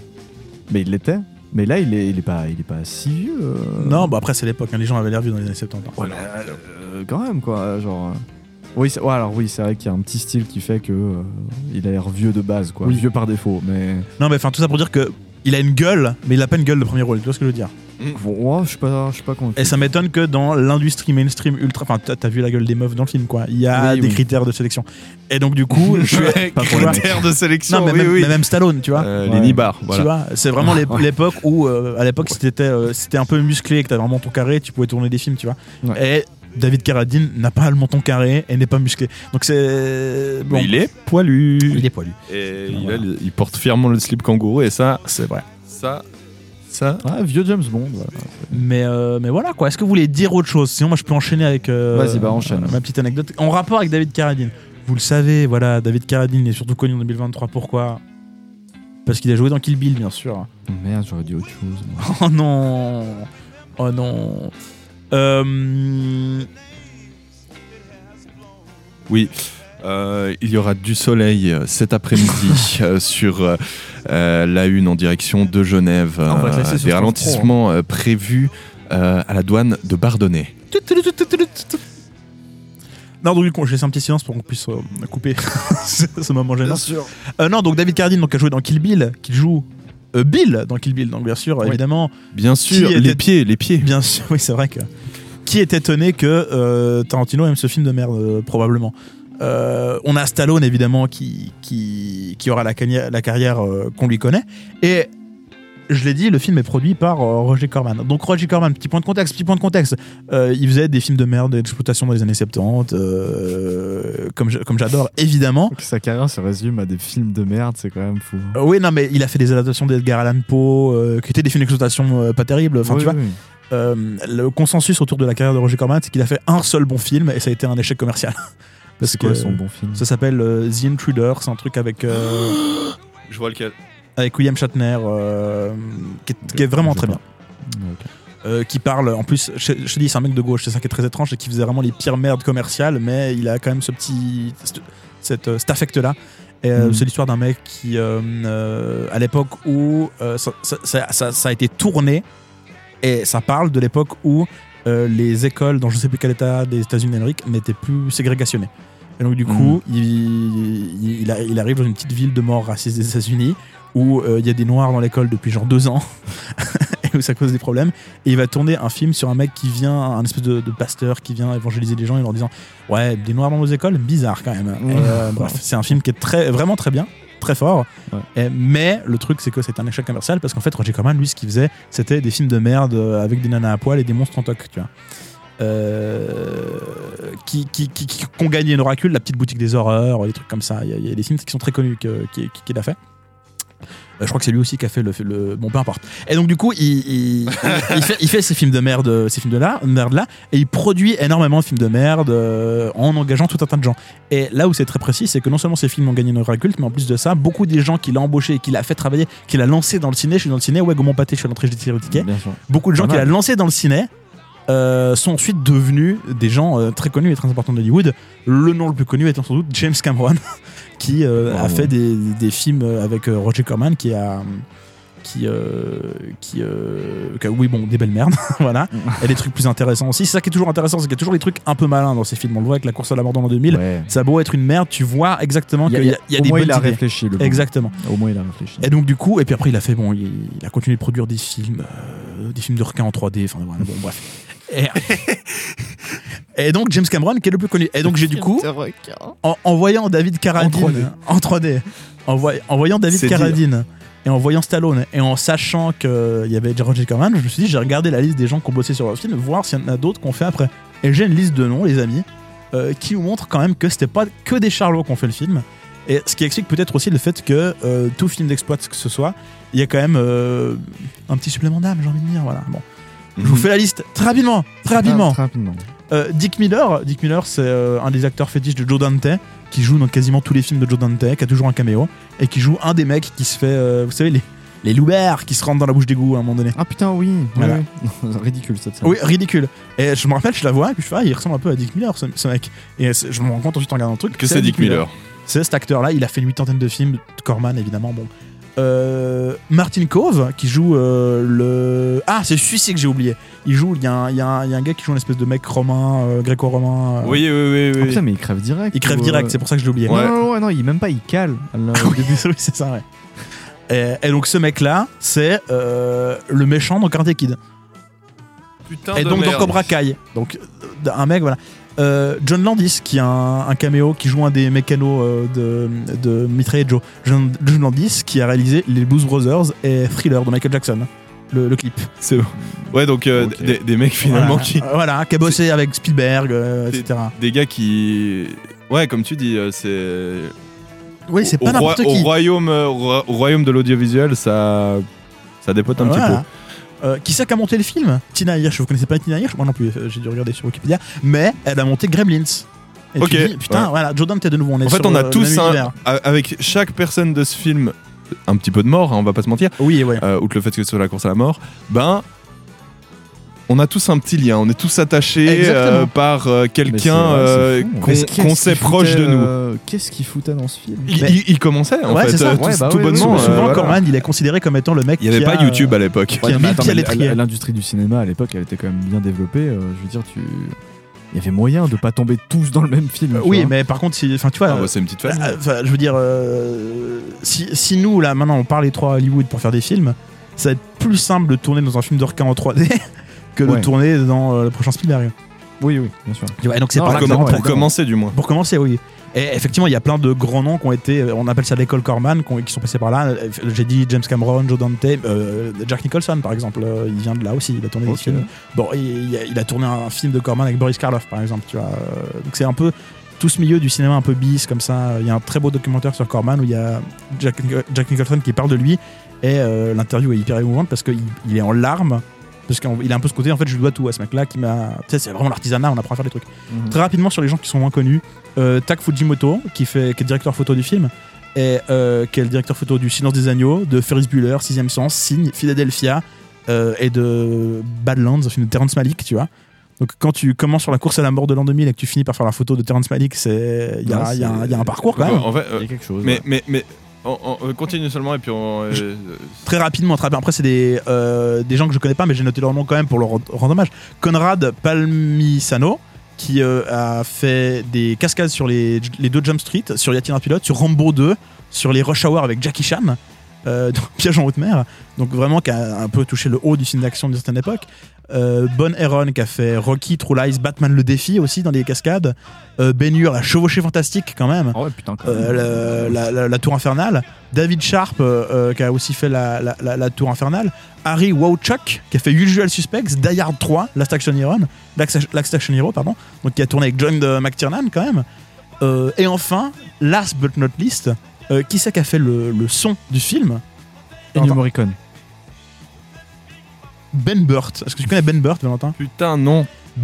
Mais il l'était. Mais là, il est, il est, pas, il est pas si vieux. euh. Non, bah après, c'est l'époque. hein. Les gens avaient l'air vieux dans les années soixante-dix. Ouais, mais, euh, quand même, quoi. Genre. euh, Oui, c'est- ouais, alors oui, c'est vrai qu'il y a un petit style qui fait que euh, il a l'air vieux de base, quoi. Oui. Vieux par défaut, mais. Non, mais enfin, tout ça pour dire que il a une gueule, mais il a pas une gueule de premier rôle. Tu vois ce que je veux dire? Bon, ouais, je suis pas, je suis pas convaincu. Et ça m'étonne que dans l'industrie mainstream ultra. Enfin, t'as t'as vu la gueule des meufs dans le film, quoi. Il y a Oui, des oui. critères de sélection. Et donc, du coup, je suis. Ouais, pas pour le- critères de sélection. Non, mais, oui, même, oui. mais même Stallone, tu vois. Euh, Ouais. Lenny Barr, Tu voilà. vois, c'est vraiment l'ép- Ouais. l'époque où, euh, à l'époque, si t'étais euh, si t'étais un peu musclé, que t'avais un menton carré, tu pouvais tourner des films, tu vois. Ouais. Et David Carradine n'a pas le menton carré et n'est pas musclé. Donc c'est. Bon, Mais il est poilu. il est poilu. Et il, a le- il porte fièrement le slip kangourou et ça, C'est vrai. ça, ça. Ouais, vieux James Bond, voilà. Mais, euh, mais voilà quoi. Est-ce que vous voulez dire autre chose? Sinon, moi je peux enchaîner avec euh, Vas-y, bah, enchaîne. ma petite anecdote. En rapport avec David Carradine. Vous le savez, voilà, David Carradine est surtout connu en deux mille vingt-trois. Pourquoi? Parce qu'il a joué dans Kill Bill, bien sûr. Merde, j'aurais dit autre chose. moi. Oh non. Oh non. Euh... Oui. Euh, il y aura du soleil euh, cet après-midi euh, sur euh, euh, la une en direction de Genève. Ah, on va euh, classer sur des France ralentissements euh, prévus euh, à la douane de Bardonnay. Non, donc du coup, je laisse un petit silence pour qu'on puisse euh, couper ce ce moment gênant. sûr. Euh, non, donc David Carradine donc, a joué dans Kill Bill, qui joue euh, Bill dans Kill Bill, donc bien sûr, Oui. évidemment. Bien sûr, Qui était- les pieds, les pieds. Bien sûr, oui, c'est vrai que. Qui est étonné que euh, Tarantino aime ce film de merde, euh, probablement. Euh, on a Stallone, évidemment, qui, qui, qui aura la, cagna- la carrière euh, qu'on lui connaît. Et je l'ai dit, le film est produit par euh, Roger Corman. Donc Roger Corman, petit point de contexte, petit point de contexte. Euh, il faisait des films de merde d'exploitation dans les années soixante-dix, euh, comme je- comme j'adore, évidemment. Que sa carrière se résume à des films de merde, c'est quand même fou. Euh, oui, non, mais il a fait des adaptations d'Edgar Allan Poe, euh, qui étaient des films d'exploitation euh, pas terribles. Enfin, Oui, tu vois. oui. Euh, le consensus autour de la carrière de Roger Corman, c'est qu'il a fait un seul bon film et ça a été un échec commercial. Parce C'est quoi que son bon film? ça s'appelle euh, The Intruder, c'est un truc avec, euh, Je vois lequel. avec William Shatner, euh, qui, est, qui est vraiment Je très sais bien. Ok. Euh, qui parle, en plus, je, je te dis, c'est un mec de gauche, c'est ça qui est très étrange, c'est qu'il faisait vraiment les pires merdes commerciales, mais il a quand même ce petit, cette, cette- cet affect-là. Et, euh, Mhm. C'est l'histoire d'un mec qui, euh, euh, à l'époque où euh, ça, ça- ça- ça- ça a été tourné, et ça parle de l'époque où euh, les écoles dans je sais plus quel état des États-Unis d'Amérique n'étaient plus ségrégationnées. Et donc du coup, il, il, il a- il arrive dans une petite ville de morts racistes des États-Unis où euh, il y a des noirs dans l'école depuis genre deux ans et où ça cause des problèmes. Et il va tourner un film sur un mec qui vient, un espèce de, de pasteur qui vient évangéliser les gens en leur disant ouais, des noirs dans nos écoles, bizarre quand même. Et, euh, bref, c'est un film qui est très, vraiment très bien, très fort. Ouais. Et- mais le truc, c'est que c'est un échec commercial parce qu'en fait, Roger Corman, lui, ce qu'il faisait, c'était des films de merde euh, avec des nanas à poil et des monstres en toc, tu vois. Euh, qui, qui, qui, qui, qui ont gagné une oracule, la petite boutique des horreurs, des trucs comme ça. Il y a, il y a des films qui sont très connus que- qui- qui- qu'il a fait. Euh, je crois que c'est lui aussi qui a fait le, le bon, peu importe. Et donc du coup, il, il, il fait, il fait ces films de merde, ces films de là, merde là, et il produit énormément de films de merde euh, en engageant tout un tas de gens. Et là où c'est très précis, c'est que non seulement ces films ont gagné une oracule, culte, mais en plus de ça, beaucoup des gens qu'il a embauchés et qu'il a fait travailler, qu'il a lancé dans le ciné, je suis dans le ciné, ouais, Gaumont Pâté, je suis à l'entrée, je tire le ticket. Bien sûr. Beaucoup de gens Pas qu'il a mal. lancés dans le ciné euh, sont ensuite devenus des gens euh, très connus et très importants d'Hollywood. Le nom le plus connu étant sans doute James Cameron, qui euh, Oh, a ouais. fait des, des films avec euh, Roger Corman, qui a qui, euh, qui, euh, qui a, oui bon, des belles merdes, voilà, et des trucs plus intéressants aussi. C'est ça qui est toujours intéressant, c'est qu'il y a toujours des trucs un peu malins dans ces films. On le voit avec La course à la mort dans l'an deux mille. Ouais. Ça a beau être une merde, tu vois exactement Il y a, qu'il y a, il y a au des moins bonnes il a idées. réfléchi. Le bon. Exactement. Au moins il a réfléchi. Et donc du coup, et puis après il a fait bon, il, il a continué de produire des films, euh, des films de requins en trois D. Enfin voilà, bon bref. Et, et donc James Cameron qui est le plus connu. Et donc j'ai du coup, en, en voyant David Carradine en trois D, en, voy- en voyant David C'est Carradine et en voyant Stallone et en sachant qu'il y avait Roger Corman, je me suis dit j'ai regardé la liste des gens qui ont bossé sur le film, voir s'il y en a d'autres qu'on fait après. Et j'ai une liste de noms, les amis, euh, qui nous montrent quand même que c'était pas que des charlots qui ont fait le film. Et ce qui explique peut-être aussi le fait que euh, tout film d'exploit que ce soit, il y a quand même euh, un petit supplément d'âme, j'ai envie de dire. Voilà. Bon. Je vous fais la liste très rapidement, très rapidement. Ah, très rapidement. Euh, Dick Miller, Dick Miller, c'est euh, un des acteurs fétiches de Joe Dante, qui joue dans quasiment tous les films de Joe Dante, qui a toujours un caméo, et qui joue un des mecs qui se fait, euh, vous savez, les, les loups-bears qui se rentrent dans la bouche d'égout à un moment donné. Ah putain, oui. Voilà. Oui, oui. Ridicule cette scène. Oui, ridicule. Et je me rappelle, je la vois, et puis je fais, ah, il ressemble un peu à Dick Miller, ce, ce mec. Et c'est- je me rends compte ensuite en regardant le truc Que c'est Dick Miller. C'est cet acteur-là, il a fait une huitantaine de films, Corman évidemment, bon. Euh, Martin Cove qui joue euh, le. Ah, c'est celui-ci que j'ai oublié. Il joue, il y, a un- il y, a un- il y a un gars qui joue une espèce de mec romain, euh, gréco-romain. euh, Oui, oui, oui. Ah oui. putain, mais il crève direct. Il crève ou, direct, euh, c'est pour ça que je l'ai oublié. Non, Ouais. non, non, non, il même pas, il cale. Là, au oui, début. oui, c'est ça, ouais. Et, et donc ce mec-là, c'est euh, le méchant dans Karate Kid. Putain Et de donc dans merde. Cobra Kai. Donc euh, un mec, voilà. Euh, John Landis qui a un, un caméo qui joue un des mécanos euh, de, de Mitraillette Joe. John, John Landis qui a réalisé les Blues Brothers et Thriller de Michael Jackson, le, le clip. C'est bon. Ouais, donc euh, Ok. des, des mecs finalement voilà. qui. Euh, voilà, qui a bossé avec Spielberg, euh, et cetera. Des gars qui. Ouais, comme tu dis, euh, c'est. Oui, c'est Au- pas au, roi- n'importe qui. Au royaume, euh, au roi- au royaume de l'audiovisuel, ça. Ça dépote un Voilà. petit peu. Euh, qui c'est qui a monté le film? Tina Hirsch. Vous connaissez pas Tina Hirsch? Moi non plus, euh, j'ai dû regarder sur Wikipédia. Mais elle a monté Gremlins. Et Ok. tu dis, putain, Ouais. voilà, Joe Dante de nouveau. On est En fait, sur on a le tous même un. univers. a- Avec chaque personne de ce film, un petit peu de mort, hein, on va pas se mentir, Oui, ouais. euh, outre le fait que ce soit la course à la mort, ben. On a tous un petit lien, on est tous attachés Exactement. euh, par euh, Mais c'est quelqu'un vrai, c'est euh, fou. qu'on Mais qu'est-ce qu'on qu'il sait proche foutait, de nous. euh, Qu'est-ce qu'il foutait dans ce film? Il, Mais- il- il commençait en Ouais, fait, c'est ça. euh, tout, Ouais, bah tout oui, oui, bonnement. oui, euh, Souvent, voilà. Corman, il est considéré comme étant le mec Il n'y avait qui pas a, YouTube euh, à l'époque. qui a Ouais, non, mais mis attends, pied à mais l'étrier. l'industrie du cinéma à l'époque, elle était quand même bien développée. euh, je veux dire, tu. Il y avait moyen de pas tomber tous dans le même film. Euh, tu Oui, vois. mais par contre, si, enfin, tu vois, Ah, ouais, c'est une petite famille. euh, enfin, je veux dire, euh, si, si nous, là, maintenant, on parle les trois à Hollywood pour faire des films, ça va être plus simple de tourner dans un film de requin en trois D que de Ouais. tourner dans euh, le prochain Spielberg. Oui, oui, bien sûr. Tu vois, et donc c'est Non, par Pour, là que comm- ça ouais, pour rentre. ouais. commencer, du moins. Pour commencer, oui. Et effectivement, il y a plein de grands noms qui ont été, on appelle ça l'école Corman, qui, ont- qui sont passés par là. J'ai dit James Cameron, Joe Dante, euh, Jack Nicholson par exemple, euh, il vient de là aussi, il a tourné Ok. des films. Bon, il, il a, il a tourné un film de Corman avec Boris Karloff par exemple, tu vois. Euh, Donc c'est un peu tout ce milieu du cinéma un peu bis comme ça. Il y a un très beau documentaire sur Corman où il y a Jack, Jack Nicholson qui parle de lui et euh, l'interview est hyper émouvante parce qu'il il est en larmes. Parce qu'il a un peu ce côté, en fait, je lui dois tout à ce mec-là qui m'a. Tu sais, c'est vraiment l'artisanat, on apprend à faire des trucs. Mhm. Très rapidement sur les gens qui sont moins connus, euh, Tak Fujimoto, qui, fait, qui est directeur photo du film, et euh, qui est le directeur photo du Silence des Agneaux, de Ferris Bueller, Sixième Sens, Signe, Philadelphia, euh, et de Badlands, un film de Terrence Malick, tu vois. Donc quand tu commences sur la course à la mort de l'an deux mille et que tu finis par faire la photo de Terrence Malick, c'est il y, a- Ouais, il y a un- c'est- il y a un parcours quand même. En fait, Il euh, y a quelque chose. mais, ouais. mais, mais on, on- on continue seulement et puis on. euh, Très rapidement, très rapidement. Après, c'est des, euh, des gens que je connais pas, mais j'ai noté leur nom quand même pour leur rendre hommage. Conrad Palmisano, qui euh, a fait des cascades sur les, les deux Jump Street, sur Y a-t-il un pilote, sur Rambo deux, sur les Rush Hour avec Jackie Chan, euh, donc Piège en haute mer, donc vraiment qui a un peu touché le haut du film d'action d'une certaine époque. Euh, Bon Aaron qui a fait Rocky, True Lies, Batman le défi aussi dans les cascades. Euh, Ben Hur, la chevauchée fantastique quand même. Ah ouais, putain, quand même. Euh, le- la, la- la tour infernale. David Sharp euh, euh, qui a aussi fait la, la- la- la tour infernale. Harry Wowchuk qui a fait Usual Suspects, Die Hard trois, Last Action Hero, Last, Last Action Hero pardon, donc qui a tourné avec John de McTiernan quand même. Euh, et enfin, last but not least, euh, qui c'est qui a fait le, le son du film? Ennio Morricone. Ben Burt. Est-ce que tu connais Ben Burt, Valentin? Putain, non.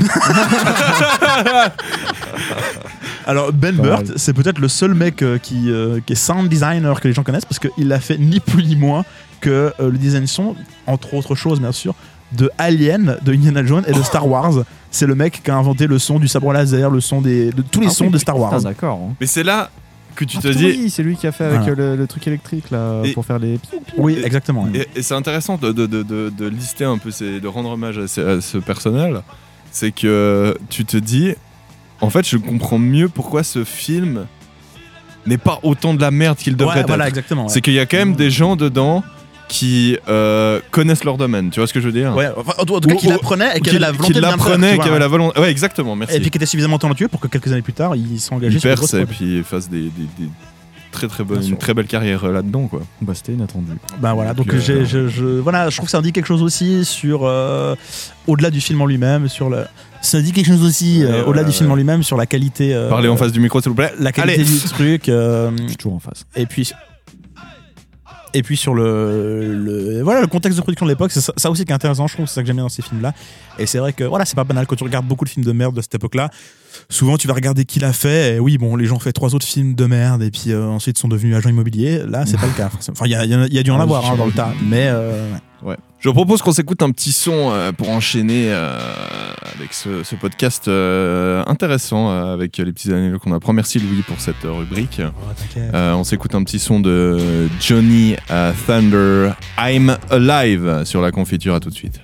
Alors Ben Pas Burt, mal. c'est peut-être le seul mec euh, qui, euh, qui est sound designer que les gens connaissent parce qu'il a fait ni plus ni moins que euh, le design son, entre autres choses bien sûr, de Alien, de Indiana Jones et de Star Wars. C'est le mec qui a inventé le son du sabre laser, le son des, de tous les Ah sons oui, de Star Wars. putain, d'accord. hein. Mais c'est là que tu Ah, te putain, dis. oui, c'est lui qui a fait avec Voilà. euh, le, le truc électrique là Et- pour faire les. Oui, exactement. Et, et c'est intéressant de, de, de, de, de lister un peu, ces- de rendre hommage à ce, à ce personnel. C'est que tu te dis, en fait, je comprends mieux pourquoi ce film n'est pas autant de la merde qu'il devrait Ouais, être. voilà, exactement. Ouais. C'est qu'il y a quand même des gens dedans qui euh, connaissent leur domaine. Tu vois ce que je veux dire? Ouais, enfin, en tout en tout cas, Ou- qui ou- l'apprenait et qui Qui avait la volonté qui de bien le faire, l'apprenait, tu qui vois, avait hein. la volonté. Ouais, exactement. Merci. Et puis qui était suffisamment talentueux pour que quelques années plus tard, il s'engage il sur des perce grosses et prods. puis il fasse des, des, des très très bonnes, Bien une sûr. très belle carrière euh, là-dedans, quoi. Bah, c'était inattendu. Bah voilà, donc Donc, j'ai, euh, je, je- voilà, je trouve que ça indique quelque chose aussi sur euh, au-delà du film en lui-même, sur le. Ça dit quelque chose aussi euh, Ouais, au-delà ouais, du film ouais. en lui-même sur la qualité. euh, Parlez en face du micro, s'il vous plaît. La qualité Allez. du truc. euh, Je suis toujours en face. et puis. Et puis sur le, le voilà le contexte de production de l'époque, c'est ça, ça aussi qui est intéressant, je trouve, c'est ça que j'aime bien dans ces films-là. Et c'est vrai que voilà, c'est pas banal quand tu regardes beaucoup de films de merde de cette époque-là. Souvent, tu vas regarder qui l'a fait. Et oui, bon, les gens ont fait trois autres films de merde et puis euh, ensuite sont devenus agents immobiliers. Là, c'est pas le cas. forcément. Enfin, il y a, il y a- il y a dû en Ah, avoir j'ai hein, dans le vu. tas, mais euh, ouais. Ouais. Je vous propose qu'on s'écoute un petit son euh, pour enchaîner euh, avec ce, ce podcast euh, intéressant euh, avec les petits anecdotes qu'on apprend. Merci Louis pour cette euh, rubrique. Oh, t'inquiète. Euh, on s'écoute un petit son de Johnny euh, Thunder, I'm Alive sur la confiture. À tout de suite.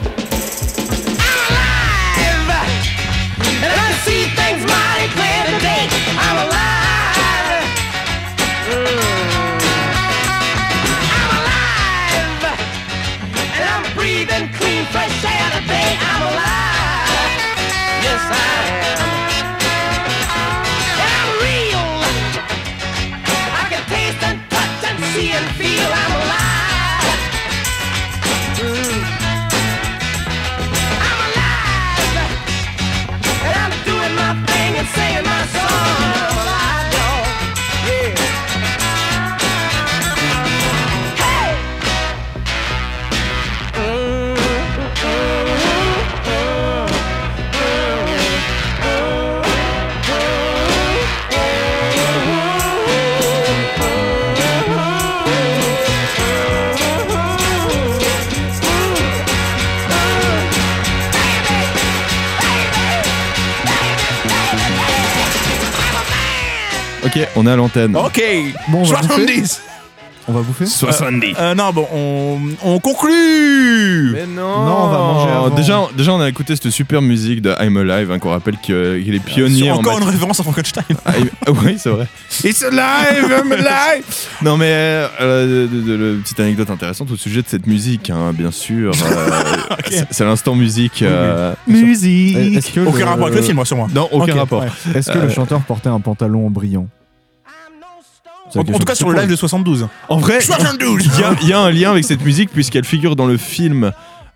And I see things mighty clear today. I'm alive. Mm. I'm alive. And I'm breathing clean, fresh air today. I'm alive. Yes, I am. And I'm real. I can taste and touch and see and feel. I'm alive. Mm. I'm alive. And I'm doing my thing and singing my song. I'm alive, y'all. Yeah. Hey! Mm, Ok, on est à l'antenne. Ok. Bon, on va bouffer. soixante-dix. On va bouffer soixante-dix. Euh, non, bon, on, on conclut. Mais non, Non, on va manger avant. Déjà, déjà, on a écouté cette super musique de I'm Alive, hein, qu'on rappelle que- qu'il est pionnier Sur en encore une matière- référence à Frankenstein. Ah, il- ah oui, c'est vrai. It's alive, I'm alive. Non mais euh, euh, de- de- de- petite anecdote intéressante au sujet de cette musique, hein, bien sûr. euh, c'est- C'est l'instant musique. euh, Musique. Est-ce que Aucun le- rapport avec le film, moi, sur moi. Non, aucun Ok, rapport. ouais. Est-ce que Euh, le chanteur portait un pantalon brillant C'est En, la en tout question cas, que sur je le pose. live de soixante-douze. En vrai, soixante-douze. il y, a- il y a un lien avec cette musique puisqu'elle figure dans le film.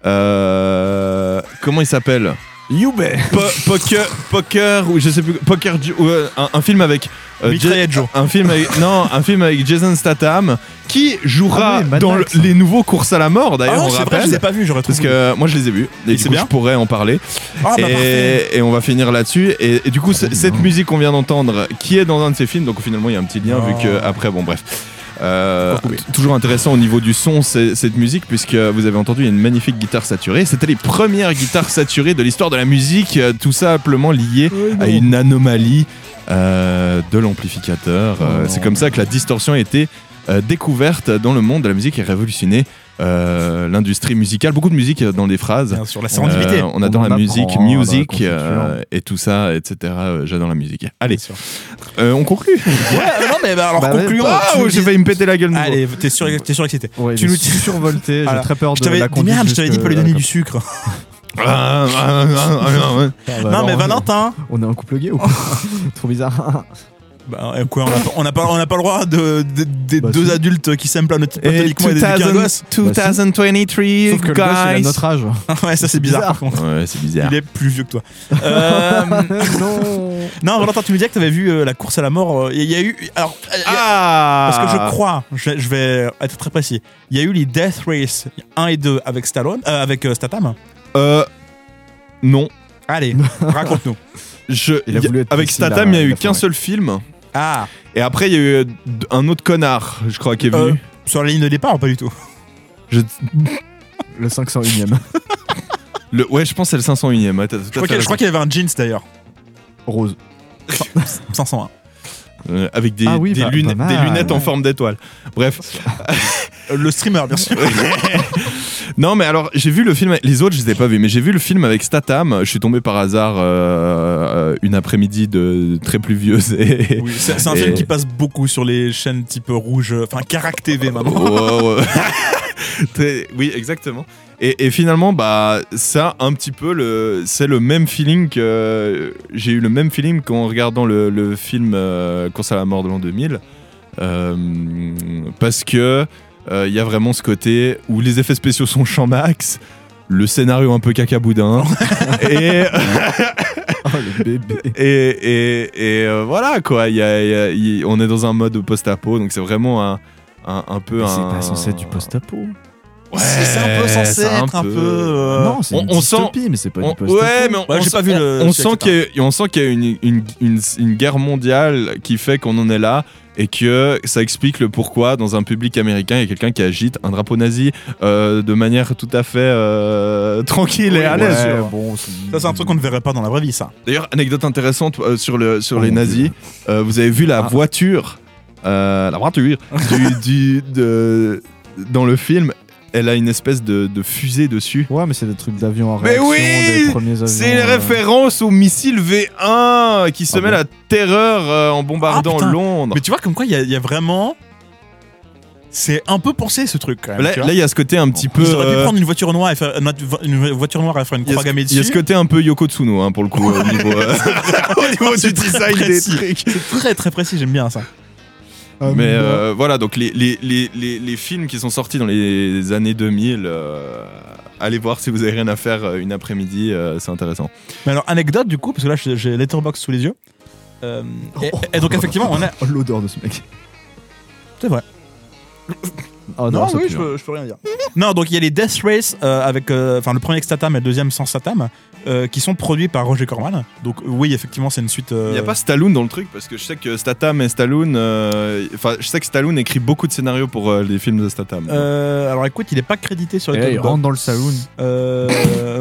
euh, comment il s'appelle? Yoube Po- Poker, Poker ou je sais plus. Poker, Ju- ou, euh, un, un film avec. euh, Mitraillette Ja- Joe. Un film avec, non, un film avec Jason Statham qui jouera Ah oui, Mad dans Max. le- les nouveaux courses à la mort. D'ailleurs, Ah, on c'est vrai, rappelle. je les ai pas vus, j'aurais Parce trouvé. que euh, moi je les ai vus et, Et du c'est coup bien je pourrais en parler. Ah, bah, parfait. et, et on va finir là-dessus. Et, et du coup, c- cette musique qu'on vient d'entendre, qui est dans un de ces films, donc finalement il y a un petit lien Oh. vu que après, bon bref. Euh, Encore coupé. t- toujours intéressant au niveau du son, c'est- cette musique, puisque vous avez entendu, il y a une magnifique guitare saturée. C'était les premières guitares saturées de l'histoire de la musique, euh, tout simplement lié à une anomalie euh, de l'amplificateur. Euh, Oh. c'est comme ça que la distorsion a été euh, découverte dans le monde de la musique et révolutionné euh, l'industrie musicale. Beaucoup de musique dans des phrases. Bien sûr, la sérendipité. Euh, on adore On la en musique, apprend dans la music confiture. euh, et tout ça, et cetera. Euh, J'adore la musique. Allez, Bien sûr. euh, on conclut. Ouais, euh, non, mais bah, alors Bah ouais, concluons. Ah, Tu nous j'ai dis- failli me péter la gueule. de nouveau. Allez, t'es sûr, t'es sûr excité. Ouais, Tu il nous est survolté, j'ai Voilà. très peur Je de t'avais la dit, conduite. merde, je t'avais dit de pas lui donner du sucre. Ah, ah, ah, ah, ah, ouais. Ah, bah Non, alors, mais Valentin. On est un couple gay ou quoi Trop bizarre. Bah, euh, quoi, on a pas- on n'a pas, on n'a pas le droit de, de- des Bah, deux si. adultes qui s'aiment plano- Et platoniquement et d'éduquer un gosse. deux mille vingt-trois, Sauf que le gosse, il a guys. notre âge. Ouais, ça c'est bizarre, bizarre. par contre. Ouais, c'est bizarre. Il est plus vieux que toi. Euh, non. non, Valentin, tu me disais que tu avais vu euh, la course à la mort. Il y a eu. Alors, euh, il y a- Ah parce que je crois, je, je vais être très précis. Il y a eu les Death Race un et deux avec Stallone, euh, avec euh, Statham. Euh. Non. Allez, raconte-nous. Je, Il a y a- voulu être avec précis, là, Statham, il y a il eu a qu'un foiré. seul film. Ah, Et après, il y a eu euh, d- un autre connard, je crois, qui est venu. euh, sur la ligne de départ, pas du tout. Je- Le cinq cent unième. le, ouais, je pense que c'est le cinq cent unième. Ouais, t'as tout à Je crois fait qu'il je crois raison. qu'il y avait un jeans d'ailleurs. Rose. cinq cent un. euh, avec des, Ah oui, des, pas- lune- pas mal, des lunettes en ouais. forme d'étoile. Bref. Le streamer, bien sûr. Non, mais alors, j'ai vu le film. Les autres, je les ai pas vus, mais j'ai vu le film avec Statham. Je suis tombé par hasard euh, euh, une après-midi de très pluvieuse. Et, Oui, c'est c'est un et- film qui passe beaucoup sur les chaînes type rouge, enfin Carac T V maintenant. Ouais, ouais. Très- oui, exactement. Et, et finalement, bah, ça, un petit peu, le, c'est le même feeling que. J'ai eu le même feeling qu'en regardant le, le film euh, Course à la mort de l'an deux mille. Euh, parce que il euh, y a vraiment ce côté où les effets spéciaux sont champ max, le scénario un peu cacaboudin, et, Oh, le bébé. et, et, et, euh, voilà quoi. Y a, y a- y- on est dans un mode post-apo, donc c'est vraiment un, un, un peu Mais un. c'est pas censé être du post-apo. Ouais, c'est un peu censé c'est être un peu. euh, non, c'est on- une on sent- dystopie, mais c'est pas On- du post-apo. ouais, mais on, Ouais, on j'ai sent- pas vu on- le- on celui sent qu'il y a, on sent qu'il y a une, une, une, une guerre mondiale qui fait qu'on en est là et que ça explique le pourquoi dans un public américain il y a quelqu'un qui agite un drapeau nazi euh, de manière tout à fait euh, tranquille et à l'aise. Ouais, genre. bon, c'est- Ça, c'est un truc qu'on ne verrait pas dans la vraie vie, ça. D'ailleurs, anecdote intéressante euh, sur, le, sur Oh les mon nazis, euh, vous avez vu la Ah. voiture, euh, la voiture du, du- de, dans le film, elle a une espèce de, de fusée dessus. Ouais, mais c'est des trucs d'avions en Mais réaction, oui des premiers avions. C'est une euh, référence au missile V un qui se Ah met bon la terreur euh, en bombardant Ah, putain. Londres. Mais tu vois, comme quoi, il y, a- il y a vraiment. C'est un peu pensé ce truc quand même. Là, tu vois. là, il y a ce côté un petit peu. Ils auraient pu euh, prendre une voiture noire et faire une, une voiture noire et faire une il y a croix ce- gammée il y a dessus. ce côté un peu Yoko Tsuno hein, pour le coup au niveau, euh, au niveau C'est du très design des précis. trucs. C'est très très précis, j'aime bien ça. Ah, Mais bon. euh, voilà, donc les, les, les, les, les films qui sont sortis dans les années deux mille, euh, allez voir si vous avez rien à faire euh, une après-midi, euh, c'est intéressant. Mais alors, anecdote du coup, parce que là j'ai j'ai Letterboxd sous les yeux. Euh, et, et donc, effectivement, on a. Oh, l'odeur de ce mec. C'est vrai. Oh Non, ça oui, pue, je hein. peux, je peux rien dire. Non, donc il y a les Death Race euh, avec, euh, enfin le premier avec Statham et le deuxième sans Statham, euh, qui sont produits par Roger Corman. Donc oui, effectivement, c'est une suite. euh, Il n'y a pas Stallone dans le truc parce que je sais que Statham et Stallone, euh, enfin je sais que Stallone écrit beaucoup de scénarios pour euh, les films de Statham. euh, alors écoute, il est pas crédité sur les Et là, il Letterboxd. rentre dans le saloon. Euh...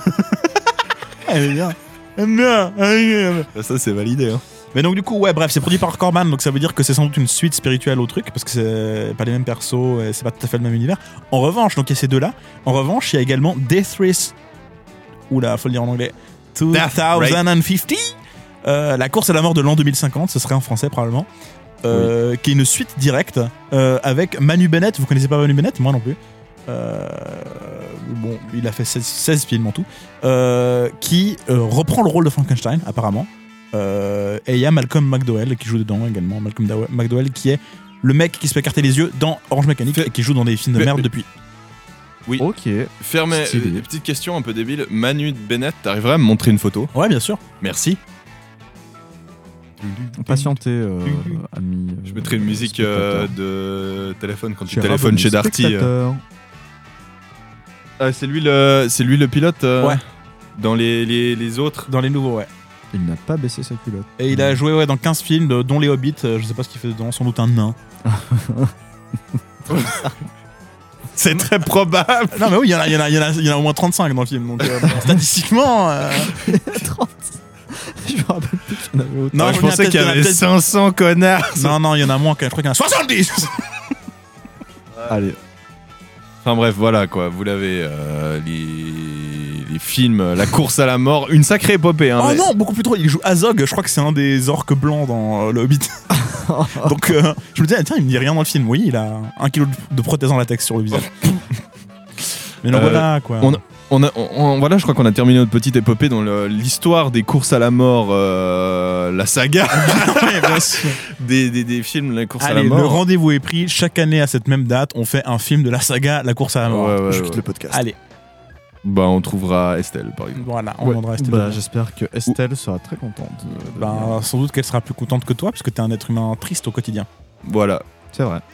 Elle est bien. Elle est bien. Elle est bien. Ça c'est validé. Hein. Mais donc du coup, ouais, bref, c'est produit par Corman, donc ça veut dire que c'est sans doute une suite spirituelle au truc, parce que c'est pas les mêmes persos, et c'est pas tout à fait le même univers. En revanche, donc il y a ces deux-là. En revanche, il y a également Death Race. Oula, faut le dire en anglais. deux mille cinquante. Euh, la course à la mort de l'an deux mille cinquante, ce serait en français probablement. Euh, Qui est une suite directe euh, avec Manu Bennett. Vous connaissez pas Manu Bennett? Moi non plus. Euh, bon, il a fait seize, seize films en tout. Euh, qui euh, reprend le rôle de Frankenstein, apparemment. Euh, et il y a Malcolm McDowell qui joue dedans également. Malcolm Dow- McDowell qui est le mec qui se fait écarter les yeux dans Orange Mécanique Fait- et qui joue dans des films de Mais- merde mais- depuis. Oui. Ok. Fermez. Stylé. euh, petite question un peu débile. Manu Bennett, t'arriverais à me montrer une photo? Ouais, bien sûr. Merci. Patientez, euh, amis. euh, Je mettrai une musique euh, spectateurs. de téléphone quand tu Cher téléphones abonné chez Darty. euh. spectateur. Ah, c'est lui le, c'est lui le pilote. euh, Ouais. Dans les, les, les autres. Dans les nouveaux, ouais. Il n'a pas baissé sa culotte. Et il a joué ouais, dans quinze films, de- dont Les Hobbits. euh, je sais pas ce qu'il fait dedans, sans doute un nain. C'est très probable. Non, mais oui, il y en a, il y en a, il y en a, il y en a au moins trente-cinq dans le film. Donc, euh, bon, statistiquement. euh, trente. Je me rappelle plus qu'il y en avait autant. Non, Ouais, il je y en a pensais qu'il y peut-être- il y en a avait peut-être- cinq cents connards. Non, non, il y en a moins qu'un. Je crois qu'il y en a soixante-dix. Allez. Enfin bref, voilà quoi. Vous l'avez. euh, les, les films, la course à la mort, une sacrée épopée. Hein, Oh mais- non, beaucoup plus trop. Il joue Azog. Je crois que c'est un des orques blancs dans euh, Le Hobbit. Donc, euh, je me disais, tiens, il me dit rien dans le film. Oui, il a un kilo de, de prothèse en latex sur le visage. Mais non, Euh, voilà quoi. on a- On a, on- on- voilà, je crois qu'on a terminé notre petite épopée dans le- l'histoire des courses à la mort, euh, la saga Ouais, bien sûr. des, des, des films La course à Allez, la mort. le rendez-vous est pris. Chaque année à cette même date, on fait un film de la saga La course à la mort. Ouais, ouais, Je ouais. quitte le podcast. Allez, Bah, on trouvera Estelle, par exemple. voilà, on Ouais. demandera à Estelle. Bah, j'espère que Estelle sera très contente. de- de Ben, venir. sans doute qu'elle sera plus contente que toi, parce que t'es un être humain triste au quotidien. Voilà. C'est vrai.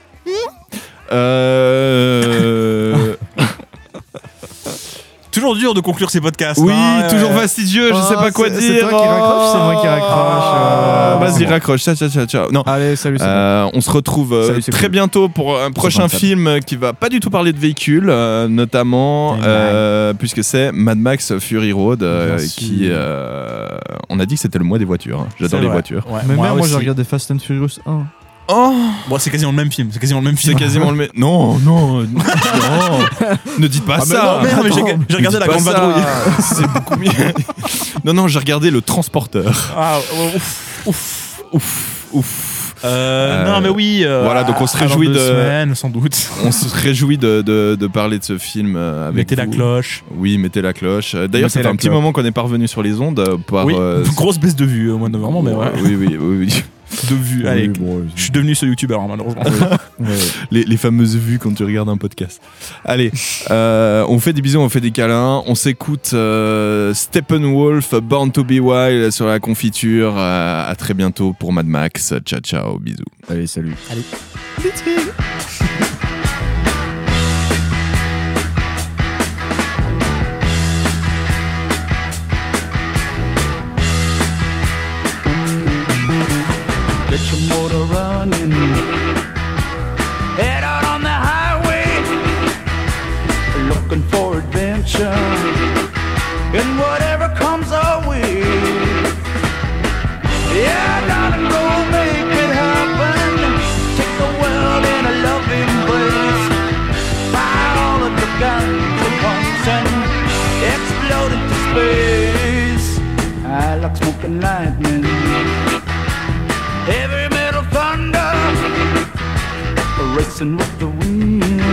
Euh... Toujours dur de conclure ces podcasts. oui, hein, toujours euh, fastidieux, je Ah, sais pas quoi c'est- dire. c'est toi qui raccroche, c'est moi qui raccroche, Ah, euh. bah, vas-y, bon. raccroche. Ciao, ciao, ciao, ciao. Non. Allez, salut. c'est Euh, on se retrouve euh, Salut, c'est très cool. bientôt pour un prochain sympa. film qui va pas du tout parler de véhicules, euh, notamment Mad euh, puisque c'est Mad Max Fury Road, euh, Bien qui sûr. euh, on a dit que c'était le mois des voitures. hein. J'adore C'est les vrai. voitures. Ouais, Mais moi même moi, aussi. j'ai regardé Fast and Furious un. Oh, Bon, c'est quasiment le même film. C'est quasiment le même c'est film. quasiment le même. Non, non, non. Ne dites pas Ah, mais ça. non, merde, mais j'ai- Attends. j'ai regardé Ne La dites Grande pas ça. Vadrouille. C'est beaucoup mieux. Non, non, j'ai regardé Le Transporteur. Ah, ouf, ouf. Ouf, ouf. Euh, Euh, non, mais oui. euh, voilà, donc on se à- à dans réjouit deux de- semaines, sans doute. On se réjouit de, de, de parler de ce film euh, avec Mettez la vous. cloche. Oui, mettez la cloche. Euh, D'ailleurs, Mettez ça fait la un petit cloche. moment qu'on n'est pas revenu sur les ondes euh, par. Oui, euh, grosse baisse de vue au mois de novembre, mais ouais. Oui, oui, oui, oui. De vue. Allez, Oui, bon, je suis devenu ce youtubeur, hein, malheureusement. ouais. Les, les fameuses vues quand tu regardes un podcast. Allez, euh, on fait des bisous, on fait des câlins. On s'écoute euh, Steppenwolf, Born to Be Wild sur la confiture. Euh, à très bientôt pour Mad Max. Ciao, ciao, bisous. Allez, salut. Get your motor running. Head out on the highway, looking for adventure. And whatever comes our way, yeah, darling, go make it happen. Take the world in a loving embrace. Fire all of the guns and pumps and explode into space. I like smoking lightning. Heavy metal thunder, racing with the wind.